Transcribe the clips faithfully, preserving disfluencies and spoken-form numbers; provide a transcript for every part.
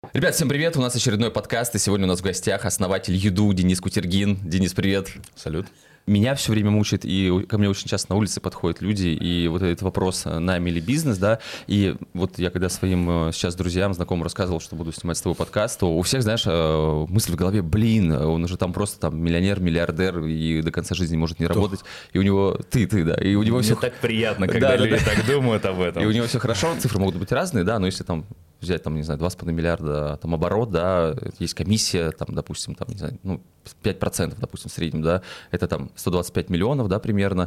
Ребят, всем привет, у нас очередной подкаст, и сегодня у нас в гостях основатель Юду Денис Кутергин. Денис, привет. Салют. Меня все время мучает, и ко мне очень часто на улице подходят люди, и вот этот вопрос, найм или бизнес, да, и вот я когда своим сейчас друзьям, знакомым рассказывал, что буду снимать с тобой подкаст, то у всех, знаешь, мысль в голове, блин, он уже там просто там миллионер, миллиардер, и до конца жизни может не работать, и у него, ты, ты, да, и у него Мне все... так приятно, когда да, люди да, так да. думают об этом. И у него все хорошо, цифры могут быть разные, да, но если там взять, там, не знаю, два с половиной миллиарда там оборот, да, есть комиссия, там, допустим, там, не знаю, ну, пять процентов, допустим, в среднем, да, это там сто двадцать пять миллионов, да, примерно,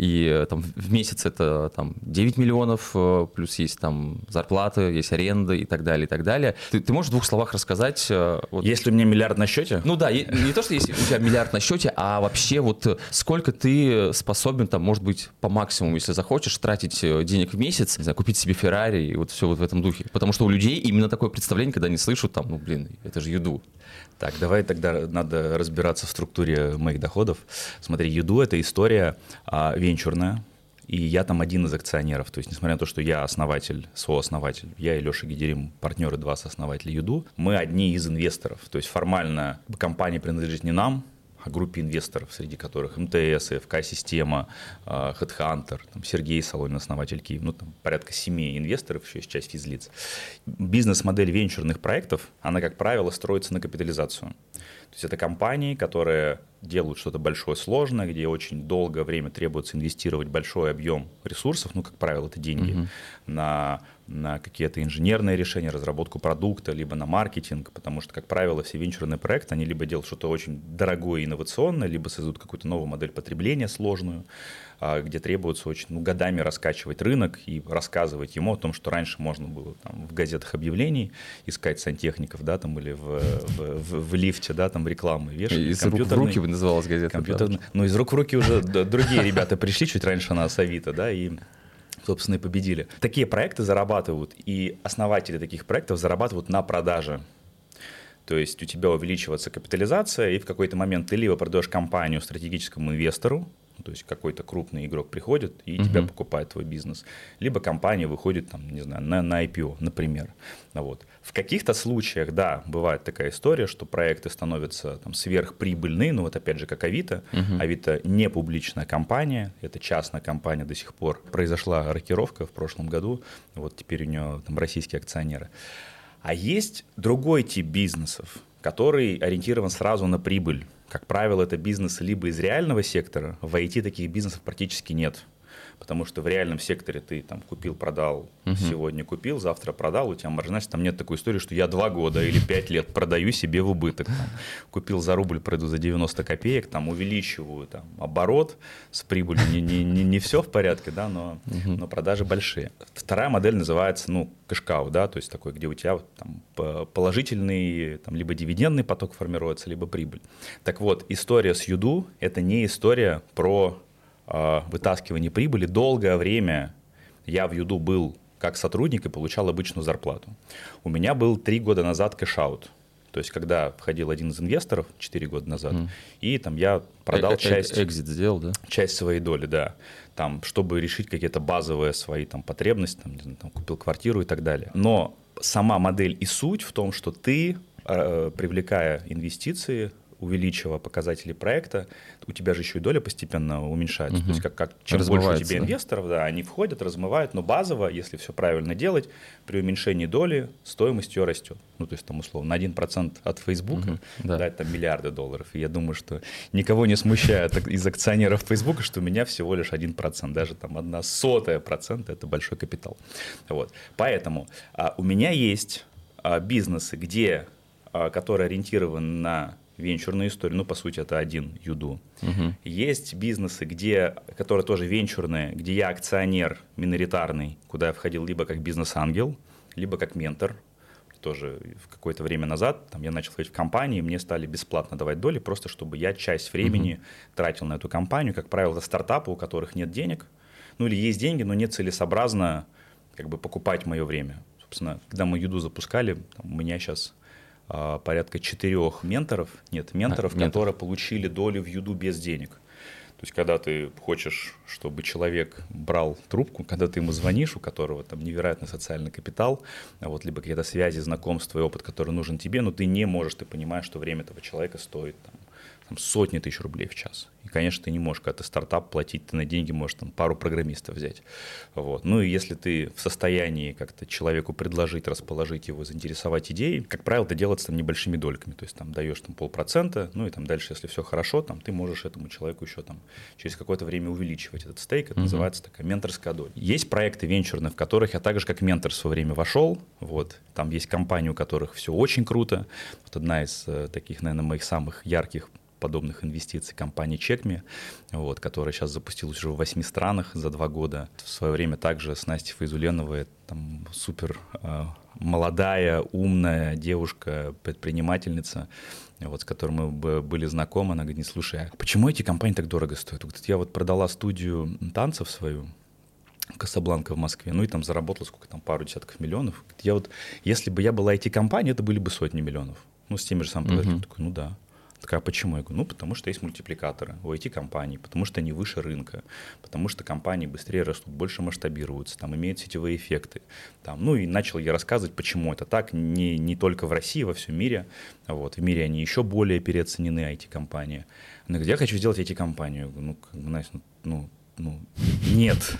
и там в месяц это там девять миллионов, плюс есть там зарплаты, есть аренда и так далее, и так далее. Ты, ты можешь в двух словах рассказать? Вот... Если у меня миллиард на счете? Ну да, не то, что если у тебя миллиард на счете, а вообще вот сколько ты способен, там, может быть, по максимуму, если захочешь, тратить денег в месяц, не знаю, купить себе Феррари и вот все вот в этом духе, потому что у людей именно такое представление, когда они слышат там, ну, блин, это же Юду. Так, давай тогда надо разбираться в структуре моих доходов. Смотри, Юду — это история а, венчурная, и я там один из акционеров. То есть, несмотря на то, что я основатель, сооснователь, я и Леша Гедерим, партнеры, два сооснователя Юду, мы одни из инвесторов. То есть формально компания принадлежит не нам, о группе инвесторов, среди которых МТС, ФК-система, HeadHunter, там Сергей Соломин, основатель Киев, ну там порядка семи инвесторов, еще есть часть физлиц. Бизнес-модель венчурных проектов, она, как правило, строится на капитализацию. То есть это компании, которые делают что-то большое, сложное, где очень долгое время требуется инвестировать большой объем ресурсов, ну, как правило, это деньги, uh-huh. на, на какие-то инженерные решения, разработку продукта, либо на маркетинг, потому что, как правило, все венчурные проекты, они либо делают что-то очень дорогое и инновационное, либо создают какую-то новую модель потребления сложную, где требуется очень, ну, годами раскачивать рынок и рассказывать ему о том, что раньше можно было там, в газетах объявлений искать сантехников, да, там, или в, в, в, в лифте, да, там рекламы вешать. Из рук в руки называлась газета. Компьютерный. Да? Ну, из рук в руки уже другие ребята пришли чуть раньше на Авито, да, и, собственно, и победили. Такие проекты зарабатывают, и основатели таких проектов зарабатывают на продаже. То есть у тебя увеличивается капитализация, и в какой-то момент ты либо продаешь компанию стратегическому инвестору, то есть какой-то крупный игрок приходит и uh-huh. тебя покупает твой бизнес, либо компания выходит, там, не знаю, на, на ай пи о, например. Вот. В каких-то случаях, да, бывает такая история, что проекты становятся там, сверхприбыльны, ну вот опять же, как Авито. Uh-huh. Авито не публичная компания, это частная компания до сих пор. Произошла рокировка в прошлом году, вот теперь у нее там российские акционеры. А есть другой тип бизнесов, который ориентирован сразу на прибыль. Как правило, это бизнес либо из реального сектора, в ай ти таких бизнесов практически нет. Потому что в реальном секторе ты там купил, продал, uh-huh. сегодня купил, завтра продал, у тебя маржинальность, там нет такой истории, что я два года или пять лет продаю себе в убыток. Там, купил за рубль, пройду за девяносто копеек, там увеличиваю там, оборот с прибылью, не, не, не, не все в порядке, да, но, uh-huh. но продажи большие. Вторая модель называется ну, кэш-кау, да, то есть такой, где у тебя там, положительный там, либо дивидендный поток формируется, либо прибыль. Так вот, история с Юду – это не история про вытаскивание прибыли. Долгое время я в Юду был как сотрудник и получал обычную зарплату. У меня был три года назад кэш-аут. То есть, когда входил один из инвесторов четыре года назад, mm. и там я продал э- часть, экзит сделал, да? часть своей доли, да, там, чтобы решить какие-то базовые свои там, потребности, там, не знаю, там, купил квартиру и так далее. Но сама модель и суть в том, что ты, э- привлекая инвестиции, увеличивая показатели проекта, у тебя же еще и доля постепенно уменьшается. Uh-huh. То есть как, как, чем больше у тебя инвесторов, да, они входят, размывают, но базово, если все правильно делать, при уменьшении доли стоимость ее растет. Ну, то есть там условно на один процент от Фейсбука, uh-huh. да. да, это миллиарды долларов. И я думаю, что никого не смущает из акционеров Фейсбука, что у меня всего лишь один процент, даже там одна сотая процента – это большой капитал. Вот. Поэтому а, у меня есть а, бизнесы, где, а, которые ориентированы на венчурную историю, ну, по сути, это один Юду. Uh-huh. Есть бизнесы, где, которые тоже венчурные, где я акционер миноритарный, куда я входил либо как бизнес-ангел, либо как ментор. Тоже в какое-то время назад там, я начал ходить в компании, мне стали бесплатно давать доли, просто чтобы я часть времени uh-huh. тратил на эту компанию. Как правило, это стартапы, у которых нет денег. Ну, или есть деньги, но нет целесообразно как бы, покупать мое время. Собственно, когда мы Юду запускали, там, у меня сейчас... порядка четырех менторов, нет, менторов, а, которые получили долю в Юду без денег. То есть, когда ты хочешь, чтобы человек брал трубку, когда ты ему звонишь, у которого там невероятный социальный капитал, вот, либо какие-то связи, знакомства и опыт, который нужен тебе, но ты не можешь, ты понимаешь, что время этого человека стоит там, там, сотни тысяч рублей в час. И, конечно, ты не можешь, когда ты стартап, платить, ты на деньги можешь там, пару программистов взять. Вот. Ну и если ты в состоянии как-то человеку предложить, расположить его, заинтересовать идеей, как правило, это делается там, небольшими дольками. То есть там даешь там, полпроцента, ну и там дальше, если все хорошо, там, ты можешь этому человеку еще там, через какое-то время увеличивать этот стейк. Это mm-hmm. называется такая менторская доля. Есть проекты венчурные, в которых я также как ментор в свое время вошел. Вот. Там есть компании, у которых все очень круто. Вот одна из э, таких, наверное, моих самых ярких подобных инвестиций компании Check.me, вот, которая сейчас запустилась уже в восьми странах за два года. В свое время также с Настей Файзуленовой, там супер э, молодая, умная девушка, предпринимательница, вот, с которой мы были знакомы. Она говорит: слушай, а почему эти компании так дорого стоят? Говорит, я вот продала студию танцев свою, Касабланка в Москве, ну и там заработала сколько там, пару десятков миллионов. Я вот, если бы я была ай ти-компания, это были бы сотни миллионов. Ну, с теми же самыми продажами. Uh-huh. Такой, ну да. Такая, почему? Я говорю, ну, потому что есть мультипликаторы у ай ти-компаний, потому что они выше рынка, потому что компании быстрее растут, больше масштабируются, там имеют сетевые эффекты. Там, ну и начал я рассказывать, почему это так, не, не только в России, во всем мире. Вот, в мире они еще более переоценены, ай ти-компании. Она говорит, я хочу сделать ай ти-компанию. Я говорю, ну, как бы, знаешь, ну, ну, нет.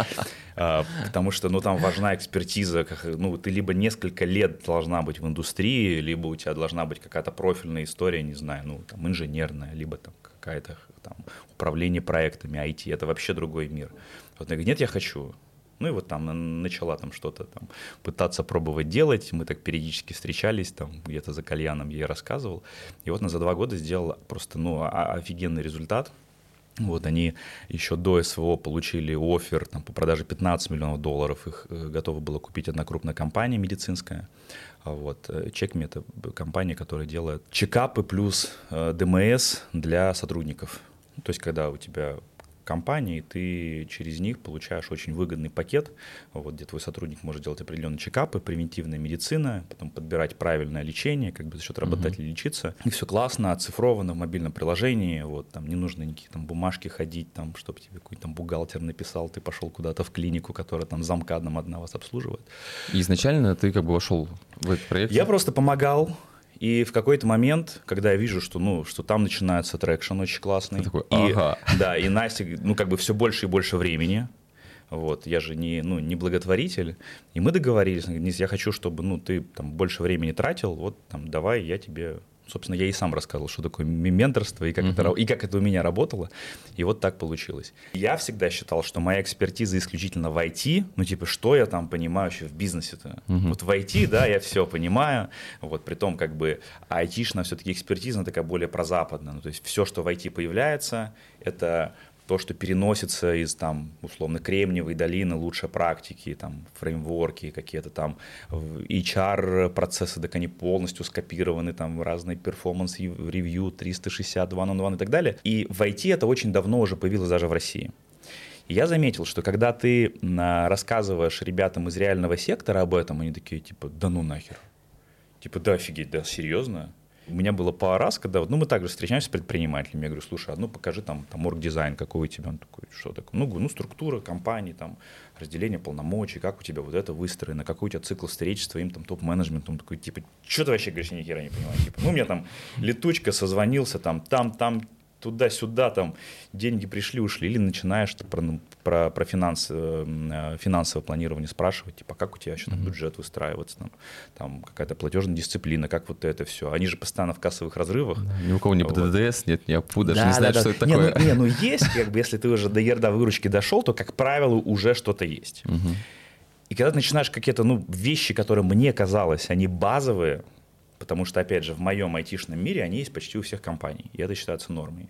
Потому что, ну, там важна экспертиза, как, ну, ты либо несколько лет должна быть в индустрии, либо у тебя должна быть какая-то профильная история, не знаю, ну, там, инженерная, либо там какая-то там управление проектами, ай ти, это вообще другой мир. Вот я говорю, нет, я хочу. Ну и вот там начала там что-то там пытаться пробовать делать, мы так периодически встречались, там где-то за кальяном я ей рассказывал, и вот она за два года сделала просто, ну, офигенный результат. Вот они еще до СВО получили оффер там, по продаже пятнадцать миллионов долларов, их э, готова была купить одна крупная компания медицинская. Вот. Check.me — это компания, которая делает чекапы плюс э, ДМС для сотрудников. То есть когда у тебя компании, ты через них получаешь очень выгодный пакет, вот, где твой сотрудник может делать определенные чекапы, превентивная медицина, потом подбирать правильное лечение, как бы за счет работодателя uh-huh. лечиться. И все классно, оцифровано в мобильном приложении, вот, там не нужно никакие там бумажки ходить, там, чтобы тебе какой-то там бухгалтер написал, ты пошел куда-то в клинику, которая там замкадом одна вас обслуживает. И изначально ты как бы вошел в этот проект? Я просто помогал. И в какой-то момент, когда я вижу, что, ну, что там начинается трекшн очень классный, такой, и, ага. да, и Настя, ну, как бы все больше и больше времени, вот, я же не, ну, не благотворитель, и мы договорились, Денис, я хочу, чтобы, ну, ты там больше времени тратил, вот, там, давай я тебе, собственно, я и сам рассказывал, что такое менторство и как, uh-huh. это, и как это у меня работало, и вот так получилось. Я всегда считал, что моя экспертиза исключительно в ай ти, ну, типа, что я там понимаю еще в бизнесе-то? Uh-huh. Вот в ай ти, да, я все понимаю, вот, при том, как бы, айтишная все-таки экспертиза, она такая более прозападная, ну, то есть все, что в ай ти появляется, это то, что переносится из, там, условно, Кремниевой долины, лучшей практики, там, фреймворки, какие-то там эйч ар-процессы, так они полностью скопированы, там, разные перформанс-ревью, триста шестьдесят, два на два и так далее. И в ай ти это очень давно уже появилось даже в России. И я заметил, что когда ты рассказываешь ребятам из реального сектора об этом, они такие, типа, да ну нахер. Типа, да офигеть, да серьезно? У меня было пару раз, когда, ну, мы также встречаемся с предпринимателями, я говорю, слушай, а ну покажи там, там оргдизайн, какой у тебя, он такой, что такое, ну, ну, структура компании, там, разделение полномочий, как у тебя вот это выстроено, какой у тебя цикл встреч с твоим там топ-менеджментом, такой, типа, что ты вообще, говоришь, я ни хера не понимаю, типа, ну, у меня там летучка, созвонился, там, там, там, туда-сюда, там, деньги пришли, ушли, или начинаешь ты про, про, про финанс, финансовое планирование спрашивать, типа, как у тебя еще там бюджет выстраивается, там, там какая-то платежная дисциплина, как вот это все. Они же постоянно в кассовых разрывах. Ни у кого не по вот. ДДС, нет, ни АПУ, даже да, не знаю, да, что да. это не, такое. Ну, не, ну есть, как бы, если ты уже до ерда выручки дошел, то, как правило, уже что-то есть. Угу. И когда ты начинаешь какие-то, ну, вещи, которые мне казалось, они базовые, потому что, опять же, в моем айтишном мире они есть почти у всех компаний, и это считается нормой.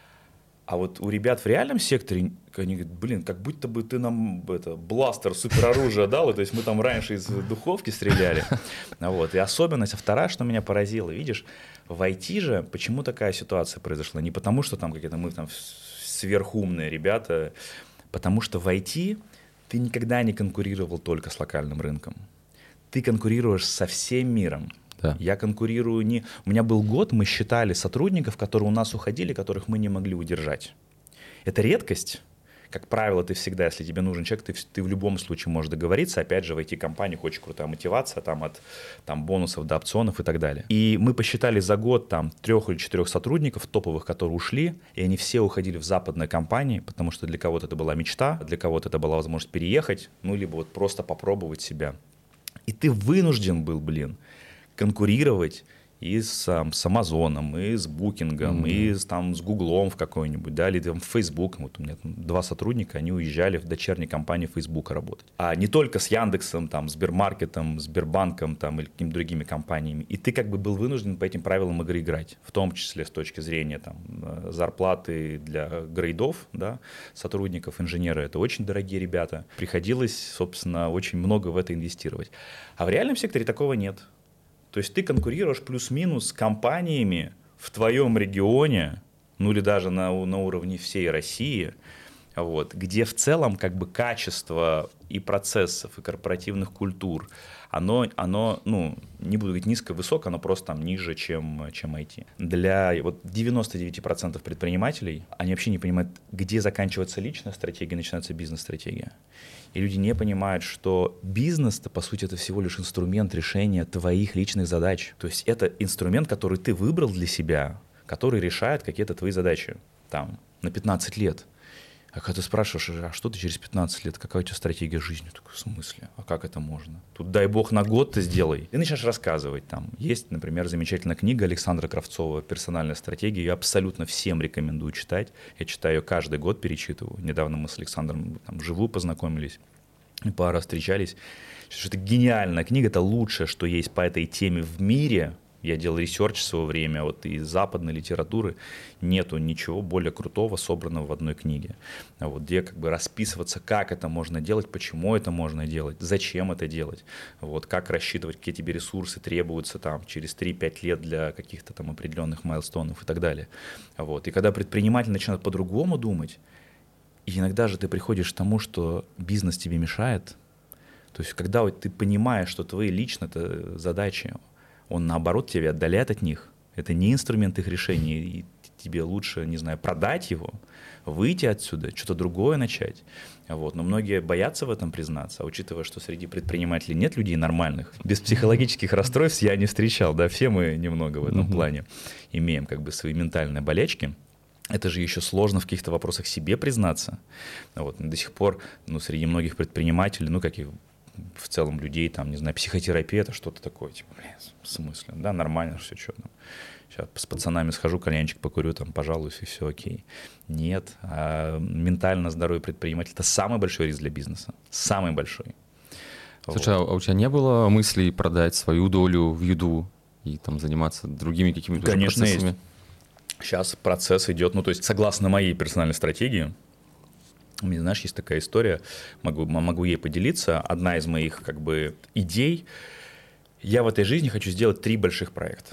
А вот у ребят в реальном секторе, они говорят, блин, как будто бы ты нам это, бластер, супероружие дал, то есть мы там раньше из духовки стреляли. Вот. И особенность, а вторая, что меня поразило, видишь, в ай ти же почему такая ситуация произошла? Не потому, что там какие-то мы там сверхумные ребята, потому что в ай ти ты никогда не конкурировал только с локальным рынком. Ты конкурируешь со всем миром. Да. Я конкурирую не... У меня был год, мы считали сотрудников, которые у нас уходили, которых мы не могли удержать. Это редкость. Как правило, ты всегда, если тебе нужен человек, ты, ты в любом случае можешь договориться. Опять же, в ай ти-компаниях очень крутая мотивация, там от там, бонусов до опционов и так далее. И мы посчитали за год там трех или четырех сотрудников топовых, которые ушли, и они все уходили в западные компании, потому что для кого-то это была мечта, для кого-то это была возможность переехать, ну, либо вот просто попробовать себя. И ты вынужден был, блин, конкурировать и с, там, с Амазоном, и с Букингом, mm-hmm. и с, там, с Гуглом в какой-нибудь, да, или там, в Facebook. Вот у меня там два сотрудника, они уезжали в дочерней компании Фейсбука работать. А не только с Яндексом, там, Сбермаркетом, Сбербанком там, или какими-то другими компаниями. И ты как бы был вынужден по этим правилам игры играть, в том числе с точки зрения там, зарплаты для грейдов, да, сотрудников, инженеры. Это очень дорогие ребята. Приходилось, собственно, очень много в это инвестировать. А в реальном секторе такого нет. То есть ты конкурируешь плюс-минус с компаниями в твоем регионе, ну или даже на, на уровне всей России, вот, где в целом как бы качество и процессов, и корпоративных культур, оно, оно ну, не буду говорить низко-высоко, оно просто там ниже, чем, чем ай ти. Для вот, девяносто девять процентов предпринимателей, они вообще не понимают, где заканчивается личная стратегия, начинается бизнес-стратегия. И люди не понимают, что бизнес-то, по сути, это всего лишь инструмент решения твоих личных задач. То есть это инструмент, который ты выбрал для себя, который решает какие-то твои задачи там, на пятнадцать лет. А когда ты спрашиваешь, а что ты через пятнадцать лет, какая у тебя стратегия жизни? Такой, в смысле? А как это можно? Тут, дай бог, на год ты сделай. Ты начинаешь рассказывать. Там есть, например, замечательная книга Александра Кравцова «Персональная стратегия». Ее абсолютно всем рекомендую читать. Я читаю ее каждый год, перечитываю. Недавно мы с Александром там, вживую познакомились и пару раз встречались. Это гениальная книга, это лучшее, что есть по этой теме в мире. Я делал ресерч в свое время, вот из западной литературы нету ничего более крутого, собранного в одной книге. Вот, где как бы расписываться, как это можно делать, почему это можно делать, зачем это делать, вот, как рассчитывать, какие тебе ресурсы требуются там, через три-пять лет для каких-то там определенных майлстонов и так далее. Вот. И когда предприниматель начинает по-другому думать, и иногда же ты приходишь к тому, что бизнес тебе мешает, то есть когда вот ты понимаешь, что твои личные задачи, он, наоборот, тебя отдаляет от них. Это не инструмент их решения, и тебе лучше, не знаю, продать его, выйти отсюда, что-то другое начать. Вот. Но многие боятся в этом признаться, а учитывая, что среди предпринимателей нет людей нормальных, без психологических расстройств я не встречал, да, все мы немного в этом uh-huh. плане имеем как бы свои ментальные болячки. Это же еще сложно в каких-то вопросах себе признаться. Вот. До сих пор, ну, среди многих предпринимателей, ну, как и в целом людей, там, не знаю, психотерапия, это что-то такое, типа, блин, в смысле, да, нормально все, что там. Сейчас с пацанами схожу, кальянчик покурю, там, пожалуюсь, и все окей. Нет, а ментально здоровый предприниматель – это самый большой риск для бизнеса, самый большой. Слушай, вот. А у тебя не было мыслей продать свою долю в еду и там заниматься другими какими-то Конечно, процессами? Есть. Сейчас процесс идет, ну, то есть, согласно моей персональной стратегии, у меня, знаешь, есть такая история, могу, могу ей поделиться. Одна из моих как бы идей. Я в этой жизни хочу сделать три больших проекта.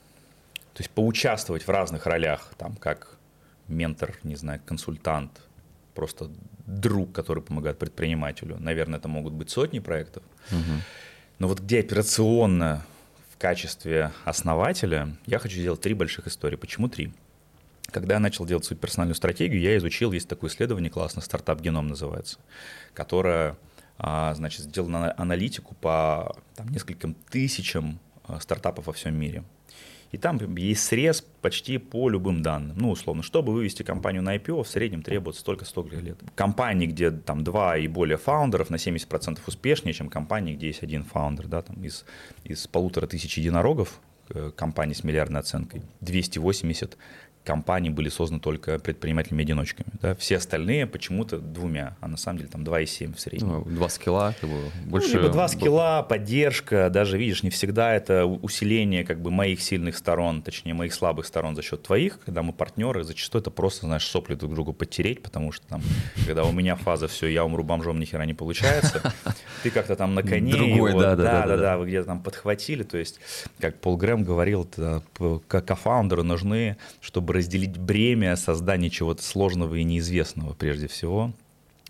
То есть поучаствовать в разных ролях, там, как ментор, не знаю, консультант, просто друг, который помогает предпринимателю. Наверное, это могут быть сотни проектов. Угу. Но вот где операционно в качестве основателя я хочу сделать три больших истории. Почему три? Когда я начал делать свою персональную стратегию, я изучил, есть такое исследование классное, «Стартап-геном» называется, которое, значит, сделано аналитику по там, нескольким тысячам стартапов во всем мире. И там есть срез почти по любым данным. Ну, условно, чтобы вывести компанию на ай пи о, в среднем требуется столько-столько лет. Компании, где там два и более фаундеров, на семьдесят процентов успешнее, чем компании, где есть один фаундер. Да, там из, из полутора тысяч единорогов, компаний с миллиардной оценкой, двести восемьдесят компании были созданы только предпринимателями-одиночками. Да? Все остальные почему-то двумя, а на самом деле там два и семь в среднем. Ну, два скилла, как бы больше... Ну, либо два скилла, поддержка, даже, видишь, не всегда это усиление как бы моих сильных сторон, точнее, моих слабых сторон за счет твоих, когда мы партнеры, зачастую это просто, знаешь, сопли друг другу подтереть, потому что там, когда у меня фаза «все, я умру бомжом, ни хера не получается», ты как-то там на коне, Другой, его, да, да, да, да, да, да, да, вы где-то там подхватили, то есть, как Пол Грэм говорил, кофаундеры нужны, чтобы разделить бремя создания чего-то сложного и неизвестного прежде всего.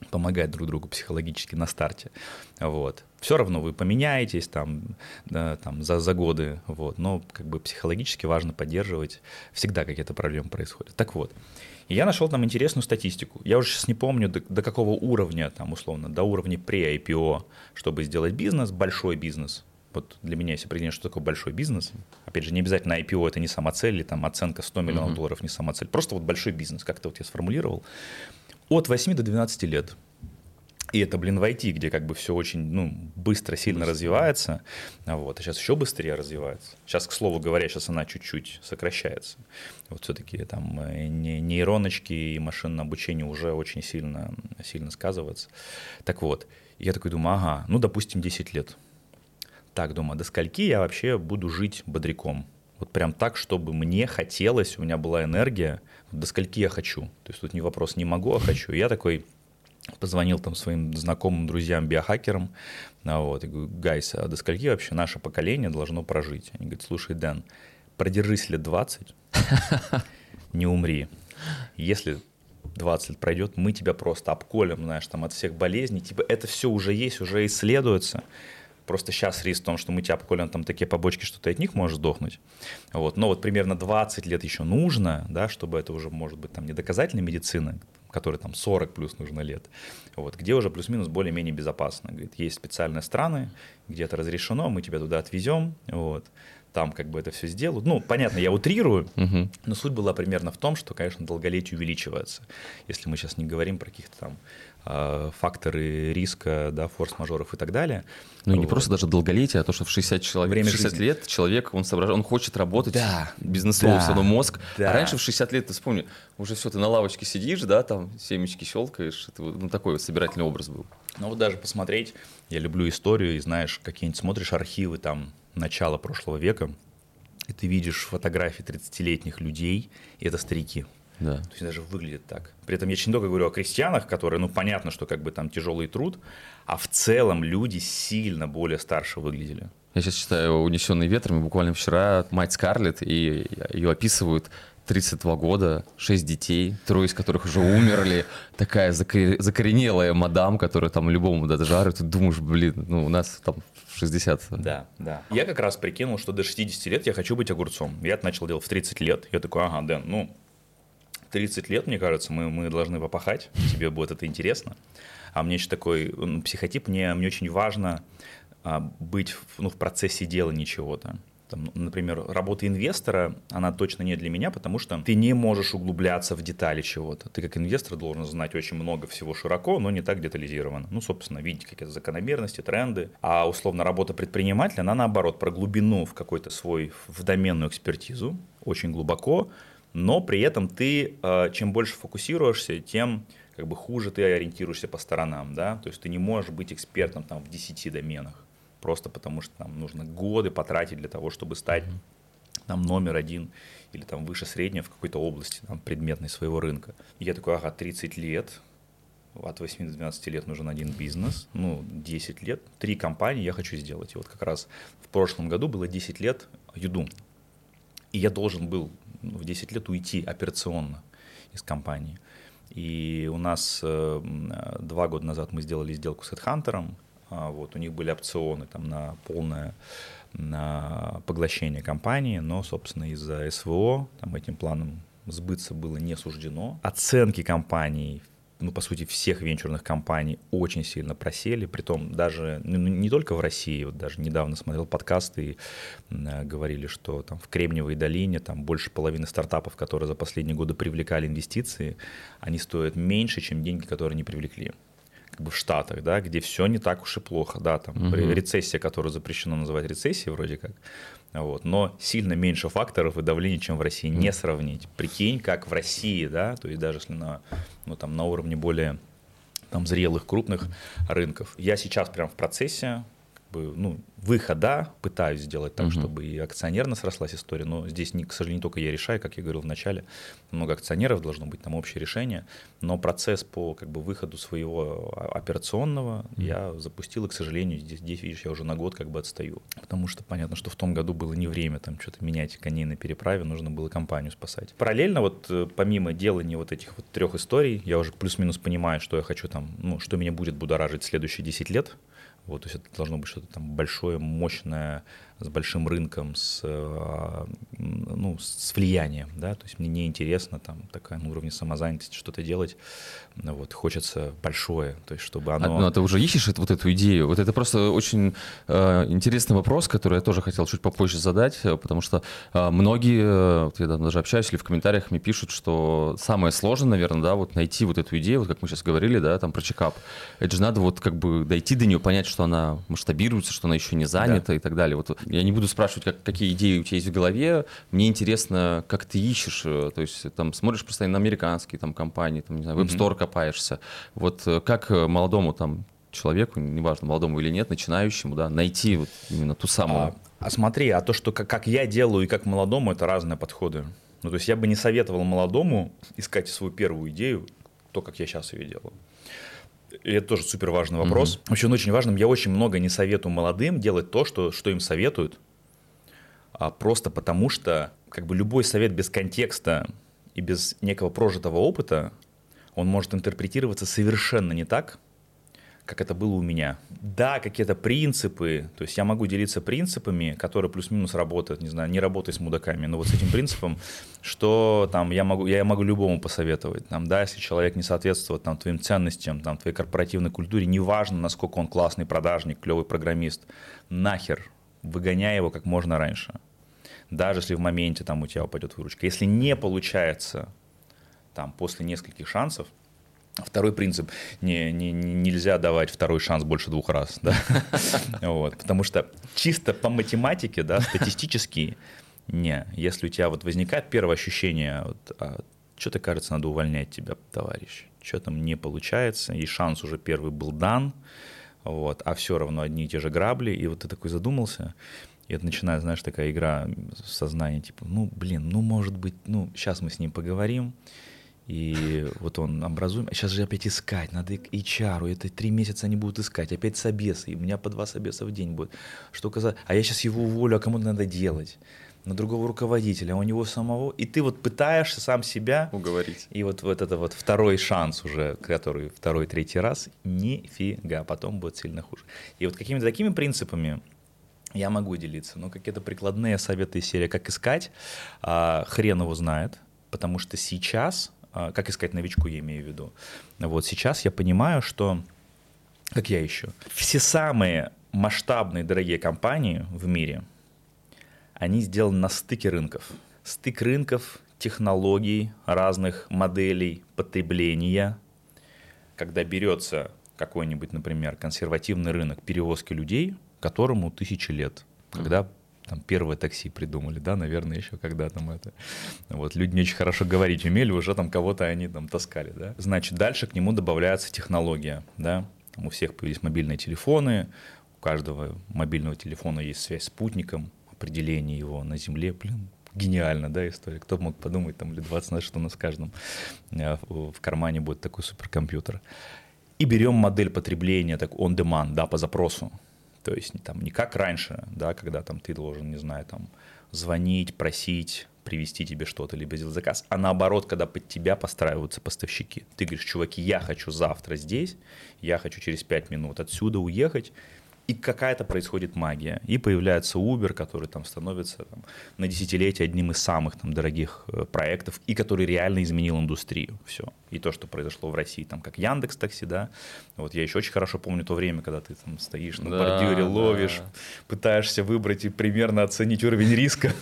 помогать друг другу психологически на старте, вот. Все равно вы поменяетесь там, да, там за, за годы, вот, но как бы психологически важно поддерживать, всегда какие-то проблемы происходят. Так вот, и я нашел там интересную статистику, я уже сейчас не помню до, до какого уровня, там условно, до уровня pre-ай пи о, чтобы сделать бизнес, большой бизнес. Вот для меня есть определение, что такое большой бизнес. Опять же, не обязательно ай пи о — это не самоцель, или там оценка сто миллионов долларов не самоцель, просто вот большой бизнес, как-то вот я сформулировал. От восьми до двенадцати лет. И это, блин, в ай ти, где как бы все очень, ну, быстро, сильно быстро. развивается. Вот. А сейчас еще быстрее развивается. Сейчас, к слову говоря, сейчас она чуть-чуть сокращается. Вот все-таки там нейроночки и машинное обучение уже очень сильно, сильно сказываются. Так вот, я такой думаю, ага, ну, допустим, десять лет. Так, думаю, до скольки я вообще буду жить бодряком? Вот прям так, чтобы мне хотелось, у меня была энергия, до скольки я хочу. То есть тут не вопрос не могу, а хочу. Я такой позвонил там своим знакомым, друзьям, биохакерам, вот, и говорю, гайс, а до скольки вообще наше поколение должно прожить? Они говорят, слушай, Дэн, продержись лет двадцать, не умри. Если двадцать лет пройдет, мы тебя просто обколем, знаешь, там от всех болезней, типа это все уже есть, уже исследуется. Просто сейчас риск в том, что мы тебя обколем, там такие побочки, что ты от них можешь сдохнуть. Вот. Но вот примерно двадцать лет еще нужно, да, чтобы это уже, может быть, там не доказательная медицина, которой там сорок плюс нужно лет, вот, где уже плюс-минус более-менее безопасно. Говорит, есть специальные страны, где это разрешено, мы тебя туда отвезем, вот, там как бы это все сделают. Ну, понятно, я утрирую, uh-huh. но суть была примерно в том, что, конечно, долголетие увеличивается. Если мы сейчас не говорим про каких-то там факторы риска, да, форс-мажоров и так далее. Ну и не вот. Просто даже долголетие, а то, что в шестьдесят, человек, Время в шестьдесят лет человек, он соображает, он хочет работать, да, бизнесовый да, все равно мозг. Да. А раньше в шестьдесят лет, ты вспомни, уже все, ты на лавочке сидишь, да, там семечки щелкаешь, это ну, такой вот собирательный образ был. Ну вот даже посмотреть, я люблю историю, и знаешь, какие-нибудь смотришь архивы там начала прошлого века, и ты видишь фотографии тридцатилетних людей, и это старики. Да. То есть даже выглядит так. При этом я очень много говорю о крестьянах, которые, ну, понятно, что как бы там тяжелый труд, а в целом люди сильно более старше выглядели. Я сейчас читаю «Унесенные ветрами», буквально вчера мать Скарлетт, и ее описывают, тридцать два года, шесть детей, трое из которых уже умерли, такая закоренелая мадам, которая там любому дает жару, ты думаешь, блин, ну у нас там шестьдесят. Да, да. Я как раз прикинул, что до шестидесяти лет я хочу быть огурцом. Я это начал делать в тридцать лет. Я такой, ага, Дэн, ну... тридцать лет, мне кажется, мы, мы должны попахать, тебе будет это интересно. А мне еще такой ну, психотип, мне, мне очень важно а, быть в, ну, в процессе делания чего-то. Там, например, работа инвестора, она точно не для меня, потому что ты не можешь углубляться в детали чего-то. Ты как инвестор должен знать очень много всего широко, но не так детализированно. Ну, собственно, видеть какие-то закономерности, тренды. А условно работа предпринимателя, она наоборот про глубину в какой-то свой, в доменную экспертизу, очень глубоко. Но при этом ты, чем больше фокусируешься, тем как бы хуже ты ориентируешься по сторонам, да, то есть ты не можешь быть экспертом там в десяти доменах, просто потому что там нужно годы потратить для того, чтобы стать там номер один или там выше среднего в какой-то области там предметной своего рынка. И я такой, ага, тридцать лет, от восьми до двенадцати лет нужен один бизнес, ну, десять лет, три компании я хочу сделать. И вот как раз в прошлом году было десять лет Юду, и я должен был в десять лет уйти операционно из компании. И у нас э, два года назад мы сделали сделку с HeadHunter, а, вот, у них были опционы там, на полное на поглощение компании, но, собственно, из-за эс вэ о там, этим планом сбыться было не суждено. Оценки компаний, ну, по сути, всех венчурных компаний очень сильно просели, притом даже ну, не только в России, вот даже недавно смотрел подкасты и э, говорили, что там в Кремниевой долине там больше половины стартапов, которые за последние годы привлекали инвестиции, они стоят меньше, чем деньги, которые они привлекли. Как бы в Штатах, да, где все не так уж и плохо, да, там угу. рецессия, которую запрещено называть рецессией вроде как, вот, но сильно меньше факторов и давления, чем в России, не сравнить. Прикинь, как в России, да, то есть даже если на, ну, там, на уровне более там, зрелых, крупных рынков. Я сейчас прям в процессе бы, ну, выхода, пытаюсь сделать так, Мгм. чтобы и акционерно срослась история, но здесь, не, к сожалению, не только я решаю, как я говорил в начале, много акционеров должно быть, там общее решение, но процесс по как бы выходу своего о- операционного Мгм. я запустил, и, к сожалению, здесь, здесь, видишь, я уже на год как бы отстаю, потому что понятно, что в том году было не время там что-то менять коней на переправе, нужно было компанию спасать. Параллельно вот э, помимо делания вот этих вот трех историй, я уже плюс-минус понимаю, что я хочу там, ну, что меня будет будоражить следующие десять лет. Вот, то есть это должно быть что-то там большое, мощное, с большим рынком, с, э, ну, с влиянием, да, то есть мне неинтересно там такая на уровне самозанятости что-то делать, ну, вот, хочется большое, то есть чтобы А, оно... ну, а ты уже ищешь это- вот эту идею? Вот это просто очень э, интересный вопрос, который я тоже хотел чуть попозже задать, э, потому что э, многие, э, вот я даже общаюсь или в комментариях мне пишут, что самое сложное, наверное, да, вот найти вот эту идею, вот как мы сейчас говорили, да, там про чекап. Это же надо вот как бы дойти до нее, понять, что она масштабируется, что она еще не занята, Да. и так далее. Вот я не буду спрашивать, как, какие идеи у тебя есть в голове, мне интересно, как ты ищешь, э, то есть там смотришь постоянно на американские там компании, там, не знаю, в App Store копаешься. Вот э, как э, молодому там человеку, неважно, молодому или нет, начинающему, да, найти вот именно ту самую. А, а смотри, а то, что как, как я делаю и как молодому, это разные подходы. Ну, то есть я бы не советовал молодому искать свою первую идею, то, как я сейчас ее делаю. И это тоже супер важный вопрос. Мгм. Вообще, он очень важным. Я очень много не советую молодым делать то, что, что им советуют, а просто потому что как бы любой совет без контекста и без некого прожитого опыта, он может интерпретироваться совершенно не так, как это было у меня. Да, какие-то принципы, то есть я могу делиться принципами, которые плюс-минус работают, не знаю, не работай с мудаками, но вот с этим принципом, что там я могу, я могу любому посоветовать, там, да, если человек не соответствует там, твоим ценностям, там, твоей корпоративной культуре, неважно, насколько он классный продажник, клевый программист, нахер, выгоняй его как можно раньше, даже если в моменте там у тебя упадет выручка. Если не получается там после нескольких шансов, второй принцип не, не, не- нельзя давать второй шанс больше двух раз, да? Вот, потому что чисто по математике, да, статистически, не. Если у тебя вот возникает первое ощущение, вот, а, что-то кажется, надо увольнять тебя, товарищ, что там не получается, и шанс уже первый был дан, вот, а все равно одни и те же грабли, и вот ты такой задумался, и это начинает, знаешь, такая игра в сознании, типа, ну, блин, ну, может быть, ну, сейчас мы с ним поговорим, и вот он образуем, а сейчас же опять искать, надо к эйч ар, это три месяца они будут искать, опять собесы, и у меня по два собеса в день будет. Что казалось, а я сейчас его уволю, а кому надо делать? На другого руководителя, а у него самого. И ты вот пытаешься сам себя Уговорить. и вот, вот это вот второй шанс уже, который второй, третий раз, нифига, потом будет сильно хуже. И вот какими-то такими принципами я могу делиться, но какие-то прикладные советы из серии «Как искать», а, хрен его знает, потому что сейчас, а, как искать новичку, я имею в виду, вот сейчас я понимаю, что, как я ищу, все самые масштабные дорогие компании в мире, они сделаны на стыке рынков. Стык рынков, технологий, разных моделей потребления. Когда берется какой-нибудь, например, консервативный рынок перевозки людей, которому тысячи лет, когда там первое такси придумали, да, наверное, еще когда там это. Вот люди не очень хорошо говорить умели, уже там кого-то они там таскали, да. Значит, дальше к нему добавляется технология, да. У всех появились мобильные телефоны, у каждого мобильного телефона есть связь с спутником, определение его на Земле, блин, гениально, да, история. Кто мог подумать там лет двадцать назад, что у нас в каждом э, в кармане будет такой суперкомпьютер. И берем модель потребления, так on demand, да, по запросу. То есть там не как раньше, да, когда там ты должен, не знаю, там звонить, просить, привезти тебе что-то, либо сделать заказ, а наоборот, когда под тебя подстраиваются поставщики. Ты говоришь, чуваки, я хочу завтра здесь, я хочу через пять минут отсюда уехать, и какая-то происходит магия. И появляется Uber, который там становится там, на десятилетие одним из самых там, дорогих э, проектов, и который реально изменил индустрию. Все. И то, что произошло в России, там, как Яндекс.Такси, да. Вот я еще очень хорошо помню то время, когда ты там стоишь на Да, бордюре, ловишь, да. пытаешься выбрать и примерно оценить уровень риска.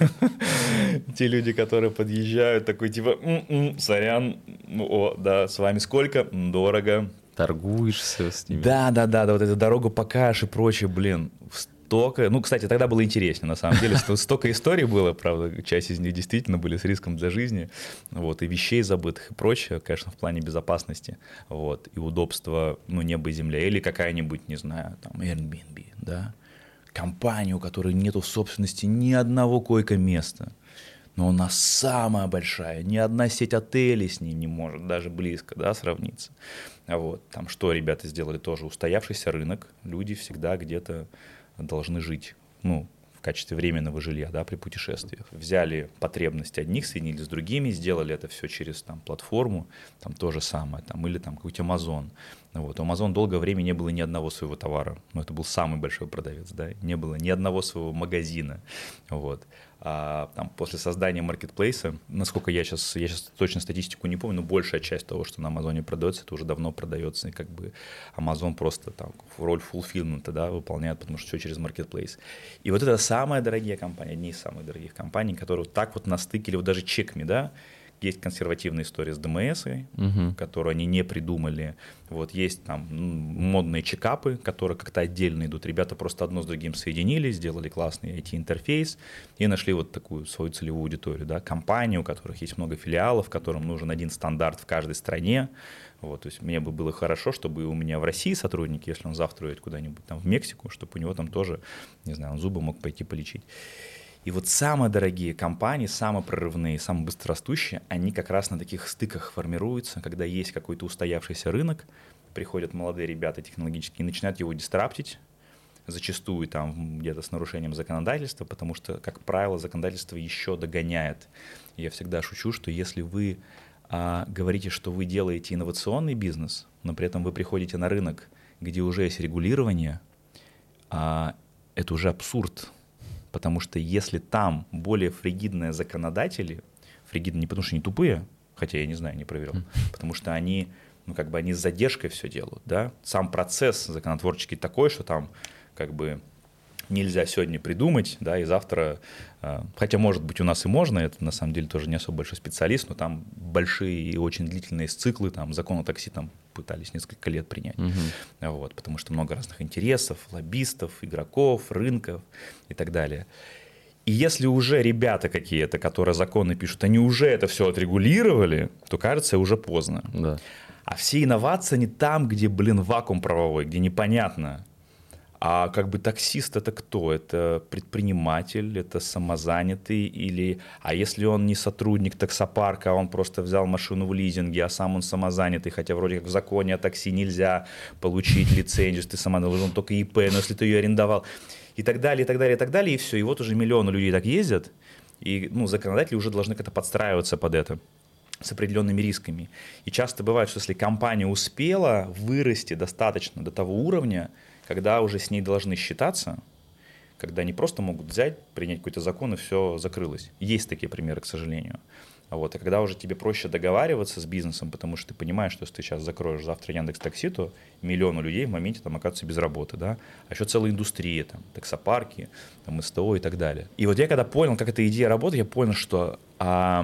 Те люди, которые подъезжают, такой типа, «М-м, сорян, ну, о, да, с вами сколько? М, Дорого». Торгуешься с ними. Да, да, да, да, вот эту дорогу покажешь и прочее, блин, столько, ну, кстати, тогда было интереснее, на самом деле, столько историй было, правда, часть из них действительно были с риском для жизни, вот, и вещей забытых и прочее, конечно, в плане безопасности, вот, и удобства, ну, неба и земля, или какая-нибудь, не знаю, там, Airbnb, да, компания, у которой нету в собственности ни одного койко-места, но она самая большая, ни одна сеть отелей с ней не может даже близко, да, сравниться. Вот. Там что ребята сделали тоже? Устоявшийся рынок, люди всегда где-то должны жить, ну, в качестве временного жилья, да, при путешествиях. Взяли потребности одних, соединили с другими, сделали это все через там, платформу, там то же самое, там, или там какой-то Amazon. Вот. У Amazon долгое время не было ни одного своего товара, но это был самый большой продавец, да, не было ни одного своего магазина. Вот. А, там, после создания маркетплейса, насколько я сейчас, я сейчас точно статистику не помню, но большая часть того, что на Амазоне продается, это уже давно продается, и как бы Amazon просто там роль фулфилмента, да, выполняет, потому что все через маркетплейс. И вот это самые дорогие компании, одни из самых дорогих компаний, которые вот так вот на стыке, или вот даже чеками, да, есть консервативная история с ДМС, угу. которую они не придумали. Вот есть там модные чекапы, которые как-то отдельно идут. Ребята просто одно с другим соединили, сделали классный ай ти-интерфейс и нашли вот такую свою целевую аудиторию. Да? Компании, у которых есть много филиалов, которым нужен один стандарт в каждой стране. Вот, то есть мне бы было хорошо, чтобы у меня в России сотрудник, если он завтра уедет куда-нибудь там в Мексику, чтобы у него там тоже, не знаю, он зубы мог пойти полечить. И вот самые дорогие компании, самые прорывные, самые быстрорастущие, они как раз на таких стыках формируются, когда есть какой-то устоявшийся рынок, приходят молодые ребята технологические и начинают его дистраптить, зачастую там где-то с нарушением законодательства, потому что, как правило, законодательство еще догоняет. Я всегда шучу, что если вы а, говорите, что вы делаете инновационный бизнес, но при этом вы приходите на рынок, где уже есть регулирование, а, это уже абсурд. Потому что если там более фригидные законодатели, фригидные не потому что они тупые, хотя я не знаю, не проверил, mm. потому что они, ну, как бы они с задержкой все делают, да. Сам процесс законотворческий такой, что там как бы нельзя сегодня придумать, да, и завтра, хотя, может быть, у нас и можно, это на самом деле тоже не особо большой специалист, но там большие и очень длительные циклы, там закон о такси там пытались несколько лет принять, угу. вот, потому что много разных интересов, лоббистов, игроков, рынков и так далее. И если уже ребята какие-то, которые законы пишут, они уже это все отрегулировали, то, кажется, уже поздно. Да. А все инновации не там, где, блин, вакуум правовой, где непонятно. А как бы таксист это кто? Это предприниматель, это самозанятый или... А если он не сотрудник таксопарка, а он просто взял машину в лизинге, а сам он самозанятый, хотя вроде как в законе о такси нельзя получить лицензию, если ты сама должен только ИП, но если ты ее арендовал, и так далее, и так далее, и так далее, и все. И вот уже миллионы людей так ездят, и ну, законодатели уже должны как-то подстраиваться под это с определенными рисками. И часто бывает, что если компания успела вырасти достаточно до того уровня, когда уже с ней должны считаться, когда они просто могут взять, принять какой-то закон, и все закрылось. Есть такие примеры, к сожалению. Вот. А когда уже тебе проще договариваться с бизнесом, потому что ты понимаешь, что если ты сейчас закроешь завтра Яндекс.Такси, то миллиону людей в моменте там оказываются без работы. Да? А еще целая индустрия, там, таксопарки, там, СТО и так далее. И вот я когда понял, как эта идея работает, я понял, что а,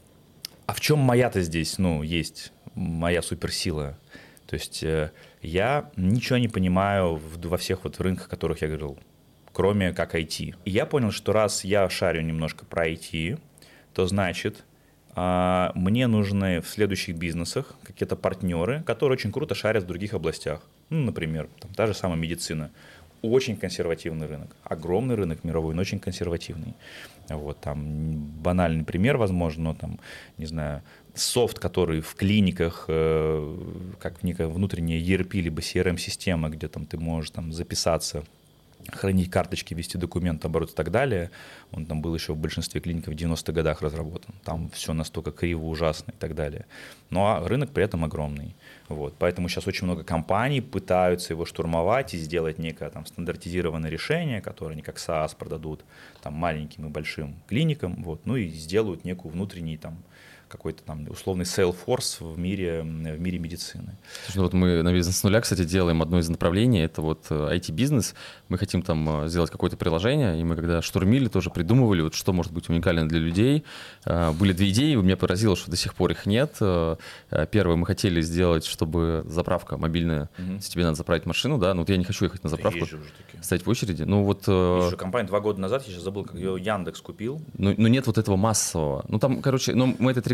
а в чем моя-то здесь, ну, есть моя суперсила. То есть э, я ничего не понимаю в, во всех вот рынках, о которых я говорил, кроме как ай ти. И я понял, что раз я шарю немножко про ай ти, то значит э, мне нужны в следующих бизнесах какие-то партнеры, которые очень круто шарят в других областях. Ну, например, там, та же самая медицина. Очень консервативный рынок, огромный рынок мировой, но очень консервативный. Вот, там банальный пример, возможно, но там, не знаю, софт, который в клиниках, э, как некая внутренняя и эр пи, либо си эр эм-система, где там ты можешь там записаться, хранить карточки, вести документы, оборот и так далее. Он там был еще в большинстве клиник в девяностых годах разработан. Там все настолько криво, ужасно и так далее. Ну а рынок при этом огромный. Вот. Поэтому сейчас очень много компаний пытаются его штурмовать и сделать некое там стандартизированное решение, которое они как SaaS продадут там, маленьким и большим клиникам, вот, ну и сделают некую внутренний там какой-то там условный Salesforce в мире, в мире медицины. Слушай, ну вот мы на «Бизнес с нуля», кстати, делаем одно из направлений, это вот ай ти-бизнес. Мы хотим там сделать какое-то приложение, и мы когда штурмили, тоже придумывали, вот что может быть уникально для людей. Были две идеи, меня поразило, что до сих пор их нет. Первое, мы хотели сделать, чтобы заправка мобильная, угу. если тебе надо заправить машину, да, ну вот я не хочу ехать на заправку, стоять в очереди. Ну вот... Есть же компания два года назад, я сейчас забыл, как ее Яндекс купил. Ну, ну нет вот этого массового. Ну там, короче, ну, мы это три года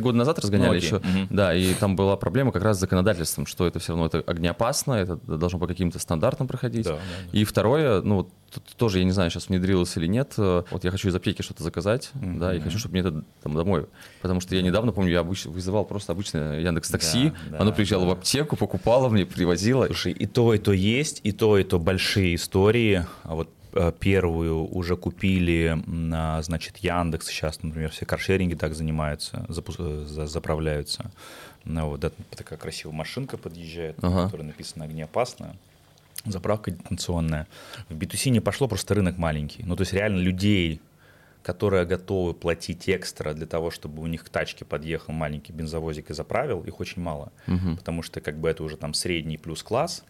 года назад разгоняли Ну, окей. еще, Мгм. да, и там была проблема как раз с законодательством, что это все равно это огнеопасно, это должно по каким-то стандартам проходить. Да, да, да. И второе, ну, тут тоже, я не знаю, сейчас внедрилось или нет, э, вот я хочу из аптеки что-то заказать, Мгм. да, и хочу, чтобы мне это там домой, потому что я недавно, помню, я обыч- вызывал просто обычное Яндекс.Такси, Да, оно да, приезжало да. в аптеку, покупало мне, привозило. Слушай, и то, и то есть, и то, и то большие истории. А вот э, первую уже купили на, значит, Яндекс. Сейчас, например, все каршеринги так занимаются, запу- э, за- заправляются. Ну, вот это такая красивая машинка подъезжает, на Ага. которой написано «огнеопасная». Заправка дистанционная. В би ту си не пошло, просто рынок маленький. Ну, то есть реально людей, которые готовы платить экстра для того, чтобы у них к тачке подъехал маленький бензовозик и заправил, их очень мало. Мгм. Потому что как бы это уже там средний плюс класс,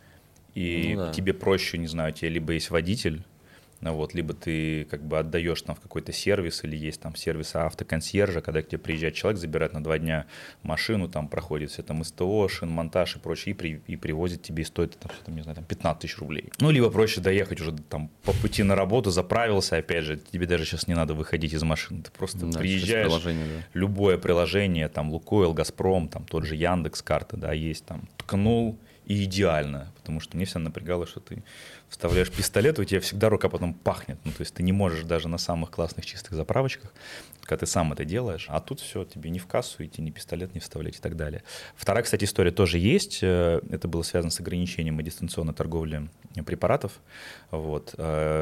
и Ну да. тебе проще, не знаю, у тебя либо есть водитель, ну вот, либо ты как бы отдаешь там в какой-то сервис, или есть там сервис автоконсьержа, когда к тебе приезжает человек, забирает на два дня машину, там проходит все там СТО, шинмонтаж и прочее, и, при, и привозит тебе, и стоит там, все, там, не знаю, там пятнадцать тысяч рублей. Ну, либо проще доехать уже там по пути на работу, заправился, опять же, тебе даже сейчас не надо выходить из машины, ты просто Да, через приезжаешь, приложение, да. любое приложение, там Лукойл, Газпром, там тот же Яндекс, карта, да, есть там, ткнул, и идеально, потому что мне всегда напрягало, что ты вставляешь пистолет, у тебя всегда рука потом пахнет, ну, то есть ты не можешь даже на самых классных чистых заправочках, когда ты сам это делаешь, а тут все, тебе ни в кассу идти, ни пистолет не вставлять и так далее. Вторая, кстати, история тоже есть, это было связано с ограничением дистанционной торговли препаратов, вот,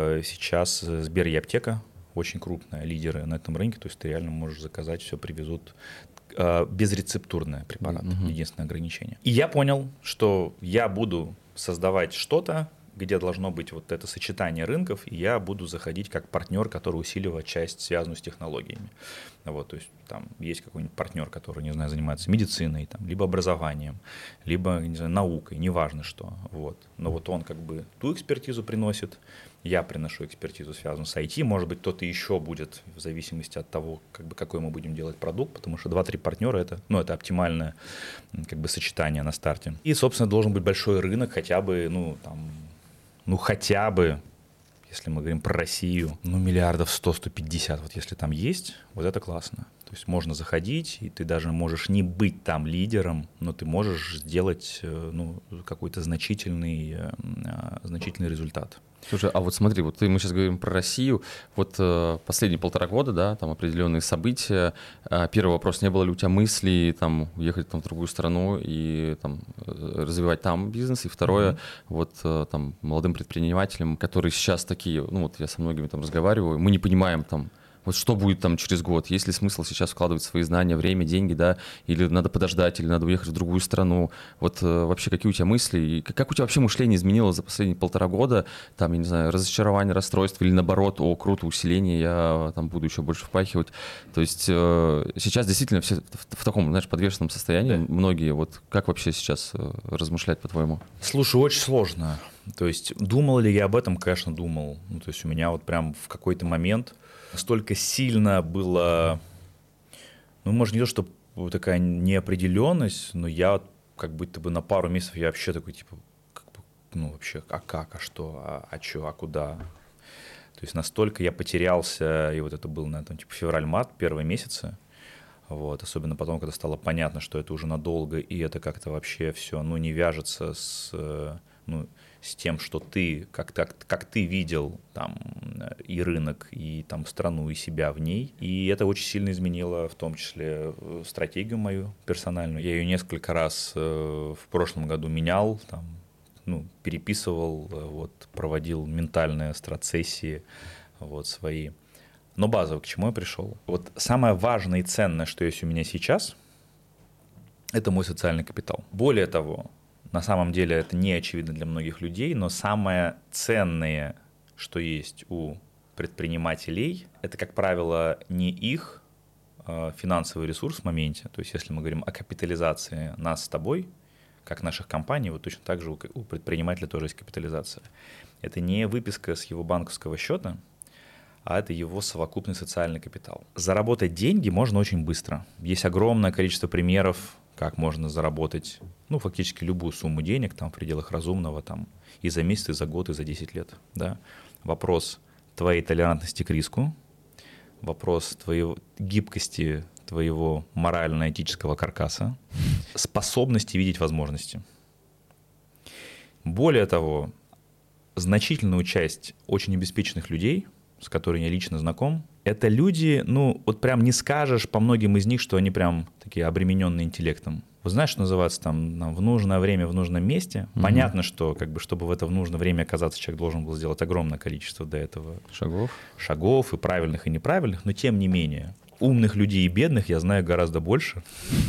сейчас Сбер и Аптека, очень крупные лидеры на этом рынке, то есть ты реально можешь заказать, все привезут, безрецептурные препараты, Мгм. единственное ограничение. И я понял, что я буду создавать что-то, где должно быть вот это сочетание рынков, и я буду заходить как партнер, который усиливает часть, связанную с технологиями. Вот, то есть там есть какой-нибудь партнер, который, не знаю, занимается медициной, там, либо образованием, либо, не знаю, наукой, неважно что. Вот. Но вот он как бы ту экспертизу приносит, я приношу экспертизу, связанную с ай ти, может быть, кто-то еще будет, в зависимости от того, как бы, какой мы будем делать продукт, потому что два-три партнера это, ну, это оптимальное как бы, сочетание на старте. И, собственно, должен быть большой рынок, хотя бы, ну, там, ну, хотя бы, если мы говорим про Россию, ну, миллиардов сто - сто пятьдесят, вот если там есть, вот это классно. То есть можно заходить, и ты даже можешь не быть там лидером, но ты можешь сделать, ну, какой-то значительный, значительный результат. Слушай, а вот смотри, вот мы сейчас говорим про Россию, вот э, последние полтора года, да, там определенные события. Э, первый вопрос: не было ли у тебя мыслей там уехать там в другую страну и там э, развивать там бизнес? И второе, mm-hmm. вот э, там молодым предпринимателям, которые сейчас такие, ну вот я со многими там разговариваю, мы не понимаем там, вот что будет там через год, есть ли смысл сейчас вкладывать свои знания, время, деньги, да, или надо подождать, или надо уехать в другую страну, вот э, вообще какие у тебя мысли, и как у тебя вообще мышление изменилось за последние полтора года, там, я не знаю, разочарование, расстройство, или наоборот, о, круто, усиление, я там буду еще больше впахивать, то есть э, сейчас действительно все в, в таком, знаешь, подвешенном состоянии, да. Многие, вот как вообще сейчас э, размышлять, по-твоему? Слушай, очень сложно, то есть думал ли я об этом, конечно, думал, ну, то есть у меня вот прям в какой-то момент настолько сильно было, ну, может, не то, что такая неопределенность, но я как будто бы на пару месяцев я вообще такой, типа, как бы, ну, вообще, а как, а что, а, а что, а куда? То есть настолько я потерялся, и вот это было, наверное, там, типа февраль-март, первые месяцы, вот, особенно потом, когда стало понятно, что это уже надолго, и это как-то вообще все, ну, не вяжется с, ну, с тем, что ты, как, как, как ты видел там и рынок, и там страну, и себя в ней. И это очень сильно изменило в том числе стратегию мою персональную. Я ее несколько раз в прошлом году менял, там, ну, переписывал, вот, проводил ментальные страцессии вот, свои. Но базово к чему я пришел? Вот самое важное и ценное, что есть у меня сейчас, это мой социальный капитал. Более того, на самом деле это не очевидно для многих людей, но самое ценное, что есть у предпринимателей, это, как правило, не их э, финансовый ресурс в моменте. То есть если мы говорим о капитализации нас с тобой, как наших компаний, вот точно так же у, у предпринимателя тоже есть капитализация. Это не выписка с его банковского счета, а это его совокупный социальный капитал. Заработать деньги можно очень быстро. Есть огромное количество примеров, как можно заработать, ну, фактически любую сумму денег, там, в пределах разумного, там, и за месяц, и за год, и за десять лет, да. Вопрос твоей толерантности к риску, вопрос твоей гибкости твоего морально-этического каркаса, способности видеть возможности. Более того, значительную часть очень обеспеченных людей, с которыми я лично знаком, это люди, ну, вот прям не скажешь по многим из них, что они прям такие обремененные интеллектом. Вы знаете, что называется там в нужное время, в нужном месте? Mm-hmm. Понятно, что как бы, чтобы в это в нужное время оказаться, человек должен был сделать огромное количество до этого шагов, шагов и правильных, и неправильных, но тем не менее. Умных людей и бедных я знаю гораздо больше,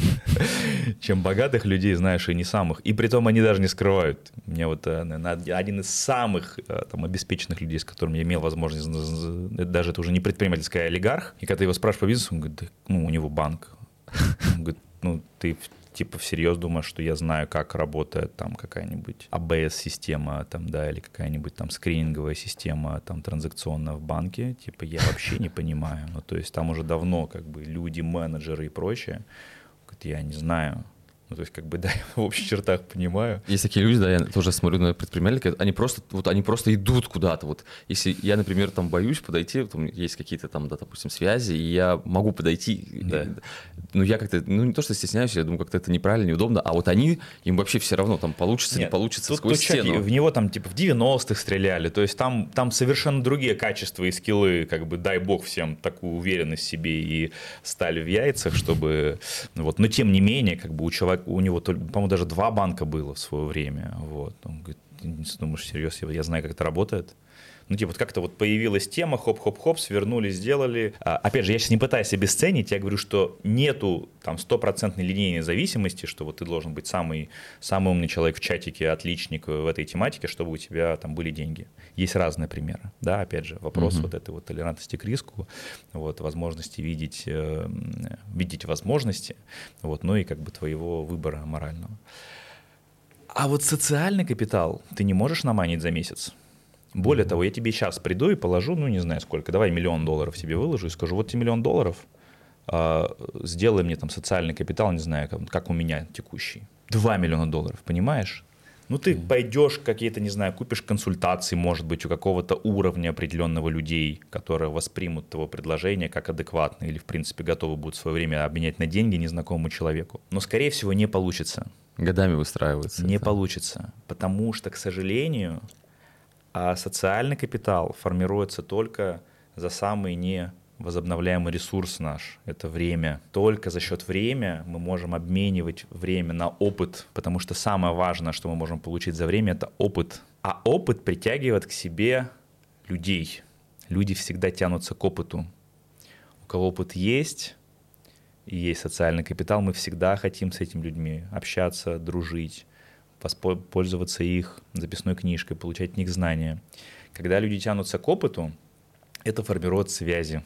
чем богатых людей, знаешь, и не самых. И притом они даже не скрывают. У меня вот один из самых там, обеспеченных людей, с которым я имел возможность, даже это уже не предпринимательский, а олигарх, и когда его спрашивают по бизнесу, он говорит, ну, у него банк. Он говорит, ну, ты типа всерьез думаешь, что я знаю, как работает там какая-нибудь эй би эс-система, там, да, или какая-нибудь там скрининговая система там транзакционная в банке, типа я вообще не понимаю. Ну, то есть там уже давно как бы люди, менеджеры и прочее, говорят, я не знаю. Ну, то есть, как бы, да, я в общих чертах понимаю. Есть такие люди, да, я тоже смотрю на предпринимателей, они просто, вот, они просто идут куда-то. Вот, если я, например, там боюсь подойти, вот, у меня есть какие-то там, да, допустим, связи, и я могу подойти, да. Ну, я как-то, ну, не то, что стесняюсь, я думаю, как-то это неправильно, неудобно, а вот они, им вообще все равно, там, получится, Нет, не получится, тут, сквозь тут стену. Человек, в него там, типа, в девяностых стреляли, то есть там, там совершенно другие качества и скиллы, как бы, дай бог всем такую уверенность в себе и стали в яйцах, чтобы, вот, но тем не менее, как бы, у человека, у него, по-моему, даже два банка было в свое время. Вот. Он говорит, ты не думаешь, серьезно, я знаю, как это работает. Ну, типа, вот как-то вот появилась тема, хоп-хоп-хоп, свернули, сделали. А, опять же, я сейчас не пытаюсь обесценить, я говорю, что нету там стопроцентной линейной зависимости, что вот ты должен быть самый, самый умный человек в чатике, отличник в этой тематике, чтобы у тебя там были деньги. Есть разные примеры, да, опять же, вопрос uh-huh. вот этой вот толерантности к риску, вот, возможности видеть, э, видеть возможности, вот, ну и как бы твоего выбора морального. А вот социальный капитал ты не можешь наманить за месяц. Более mm-hmm. того, я тебе сейчас приду и положу, ну, не знаю сколько, давай миллион долларов тебе выложу и скажу, вот тебе миллион долларов, э, сделай мне там социальный капитал, не знаю, как, как у меня текущий. Два миллиона долларов, понимаешь? Ну, ты mm-hmm. пойдешь какие-то, не знаю, купишь консультации, может быть, у какого-то уровня определенного людей, которые воспримут твое предложение как адекватное или, в принципе, готовы будут в свое время обменять на деньги незнакомому человеку. Но, скорее всего, не получится. Годами выстраивается. Не это. получится, потому что, к сожалению... А социальный капитал формируется только за самый невозобновляемый ресурс наш, это время. Только за счет времени мы можем обменивать время на опыт, потому что самое важное, что мы можем получить за время, это опыт. А опыт притягивает к себе людей. Люди всегда тянутся к опыту. У кого опыт есть, и есть социальный капитал, мы всегда хотим с этими людьми общаться, дружить, пользоваться их записной книжкой, получать от них знания. Когда люди тянутся к опыту, это формирует связи.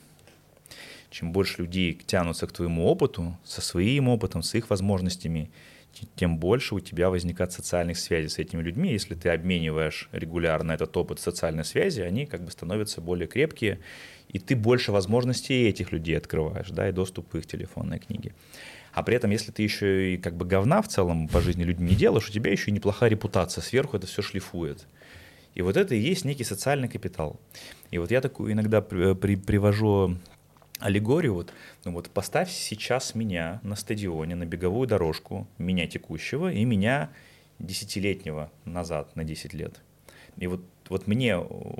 Чем больше людей тянутся к твоему опыту, со своим опытом, с их возможностями, тем больше у тебя возникает социальных связей с этими людьми. Если ты обмениваешь регулярно этот опыт социальной связи, они как бы становятся более крепкие, и ты больше возможностей этих людей открываешь, да, и доступ к их телефонной книге. А при этом, если ты еще и как бы говна в целом по жизни людям не делаешь, у тебя еще и неплохая репутация, сверху это все шлифует. И вот это и есть некий социальный капитал. И вот я такую иногда при, при, привожу аллегорию, вот, ну вот поставь сейчас меня на стадионе, на беговую дорожку, меня текущего и меня десятилетнего назад на десять лет. И вот, вот мне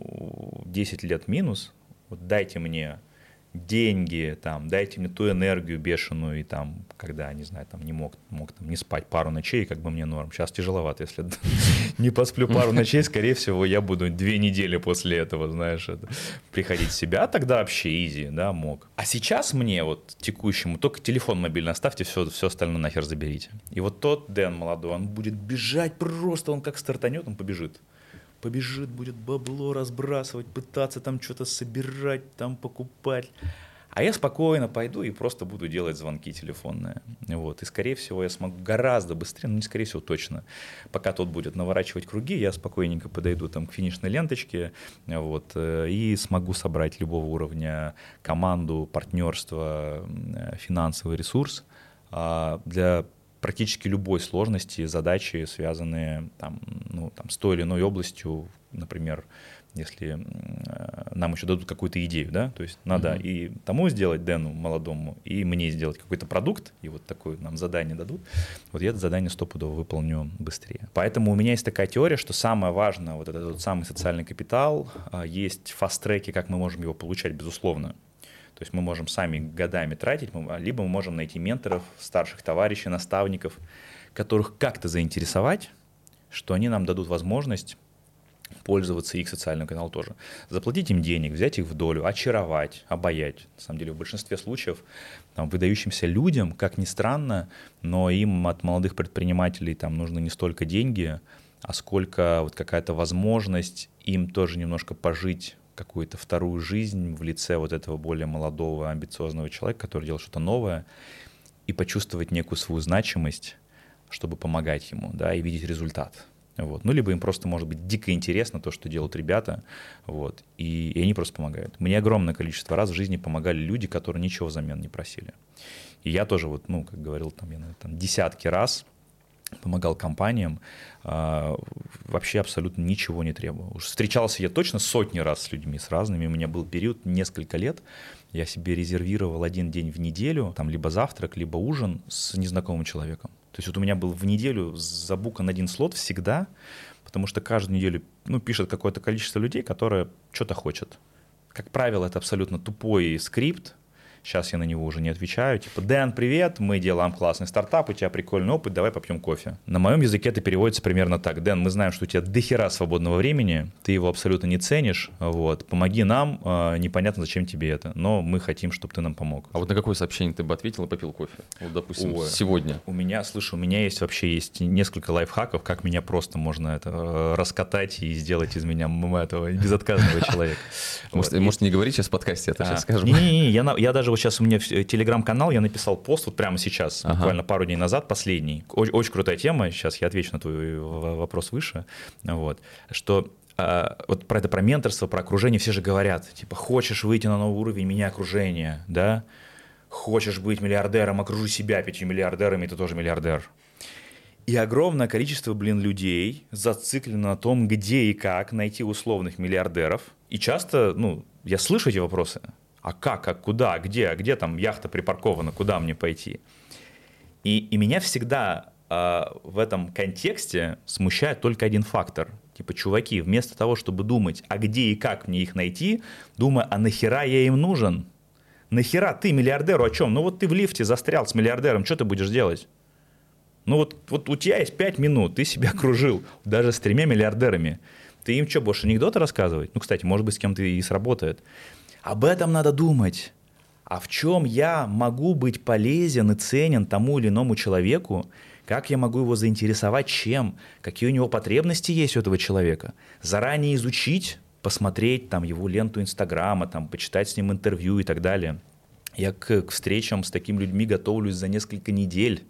десять лет минус, вот дайте мне деньги, там, дайте мне ту энергию бешеную, и там, когда, не знаю, там, не мог, мог там, не спать пару ночей, как бы мне норм. Сейчас тяжеловато, если не посплю пару ночей, скорее всего, я буду две недели после этого, знаешь, это, приходить в себя, тогда вообще изи, да, мог. А сейчас мне, вот, текущему, только телефон мобильный оставьте, все, все остальное нахер заберите. И вот тот Дэн молодой, он будет бежать просто, он как стартанет, он побежит. Побежит, будет бабло разбрасывать, пытаться там что-то собирать, там покупать. А я спокойно пойду и просто буду делать звонки телефонные. Вот. И, скорее всего, я смогу гораздо быстрее, ну, не скорее всего, точно. Пока тот будет наворачивать круги, я спокойненько подойду там к финишной ленточке, вот, и смогу собрать любого уровня команду, партнерство, финансовый ресурс для практически любой сложности, задачи, связанные там, ну, там, с той или иной областью, например, если нам еще дадут какую-то идею, да, то есть надо mm-hmm. и тому сделать, Дэну молодому, и мне сделать какой-то продукт, и вот такое нам задание дадут, вот я это задание стопудово выполню быстрее. Поэтому у меня есть такая теория, что самое важное, вот этот вот самый социальный капитал, есть фаст-треки, как мы можем его получать, безусловно. То есть мы можем сами годами тратить, либо мы можем найти менторов, старших товарищей, наставников, которых как-то заинтересовать, что они нам дадут возможность пользоваться их социальным каналом тоже. Заплатить им денег, взять их в долю, очаровать, обаять. На самом деле в большинстве случаев там, выдающимся людям, как ни странно, но им от молодых предпринимателей там, нужно не столько деньги, а сколько вот какая-то возможность им тоже немножко пожить какую-то вторую жизнь в лице вот этого более молодого, амбициозного человека, который делает что-то новое, и почувствовать некую свою значимость, чтобы помогать ему, да, и видеть результат. Вот. Ну, либо им просто может быть дико интересно то, что делают ребята, вот, и, и они просто помогают. Мне огромное количество раз в жизни помогали люди, которые ничего взамен не просили. И я тоже, вот, ну, как говорил, там, я, наверное, там, десятки раз помогал компаниям, э, вообще абсолютно ничего не требовал. Уж встречался я точно сотни раз с людьми, с разными. У меня был период несколько лет, я себе резервировал один день в неделю, там, либо завтрак, либо ужин с незнакомым человеком. То есть вот у меня был в неделю забукан один слот всегда, потому что каждую неделю ну, пишет какое-то количество людей, которые что-то хочет. Как правило, это абсолютно тупой скрипт. Сейчас я на него уже не отвечаю. Типа, Дэн, привет, мы делаем классный стартап, у тебя прикольный опыт, давай попьем кофе. На моем языке это переводится примерно так. Дэн, мы знаем, что у тебя дохера свободного времени, ты его абсолютно не ценишь, вот, помоги нам, э, непонятно, зачем тебе это, но мы хотим, чтобы ты нам помог. А вот на какое сообщение ты бы ответил и попил кофе? Вот, допустим, Ой, сегодня. У меня, слушай, у меня есть вообще есть несколько лайфхаков, как меня просто можно это э, раскатать и сделать из меня этого безотказного человека. Может, может не говорить сейчас в подкасте, это сейчас скажем. Не-не-не, я даже вот сейчас у меня телеграм-канал, я написал пост вот прямо сейчас, ага. буквально пару дней назад, последний. Очень, очень крутая тема, сейчас я отвечу на твой вопрос выше, вот, что э, вот про это, про менторство, про окружение все же говорят, типа, хочешь выйти на новый уровень, меняй окружение, да, хочешь быть миллиардером, окружи себя пятью миллиардерами, ты тоже миллиардер. И огромное количество, блин, людей зациклено на том, где и как найти условных миллиардеров, и часто, ну, я слышу эти вопросы. А как, а куда, где, а где там яхта припаркована, куда мне пойти? И, и меня всегда э, в этом контексте смущает только один фактор. Типа, чуваки, вместо того, чтобы думать, а где и как мне их найти, думай, а нахера я им нужен? Нахера ты миллиардеру о чем? Ну вот ты в лифте застрял с миллиардером, что ты будешь делать? Ну вот, вот у тебя есть пять минут, ты себя окружил даже с тремя миллиардерами. Ты им что, больше анекдоты рассказывать? Ну, кстати, может быть, с кем-то и сработает. Об этом надо думать. А в чем я могу быть полезен и ценен тому или иному человеку? Как я могу его заинтересовать чем? Какие у него потребности есть у этого человека? Заранее изучить, посмотреть там, его ленту Инстаграма, там, почитать с ним интервью и так далее. Я к, к встречам с такими людьми готовлюсь за несколько недель.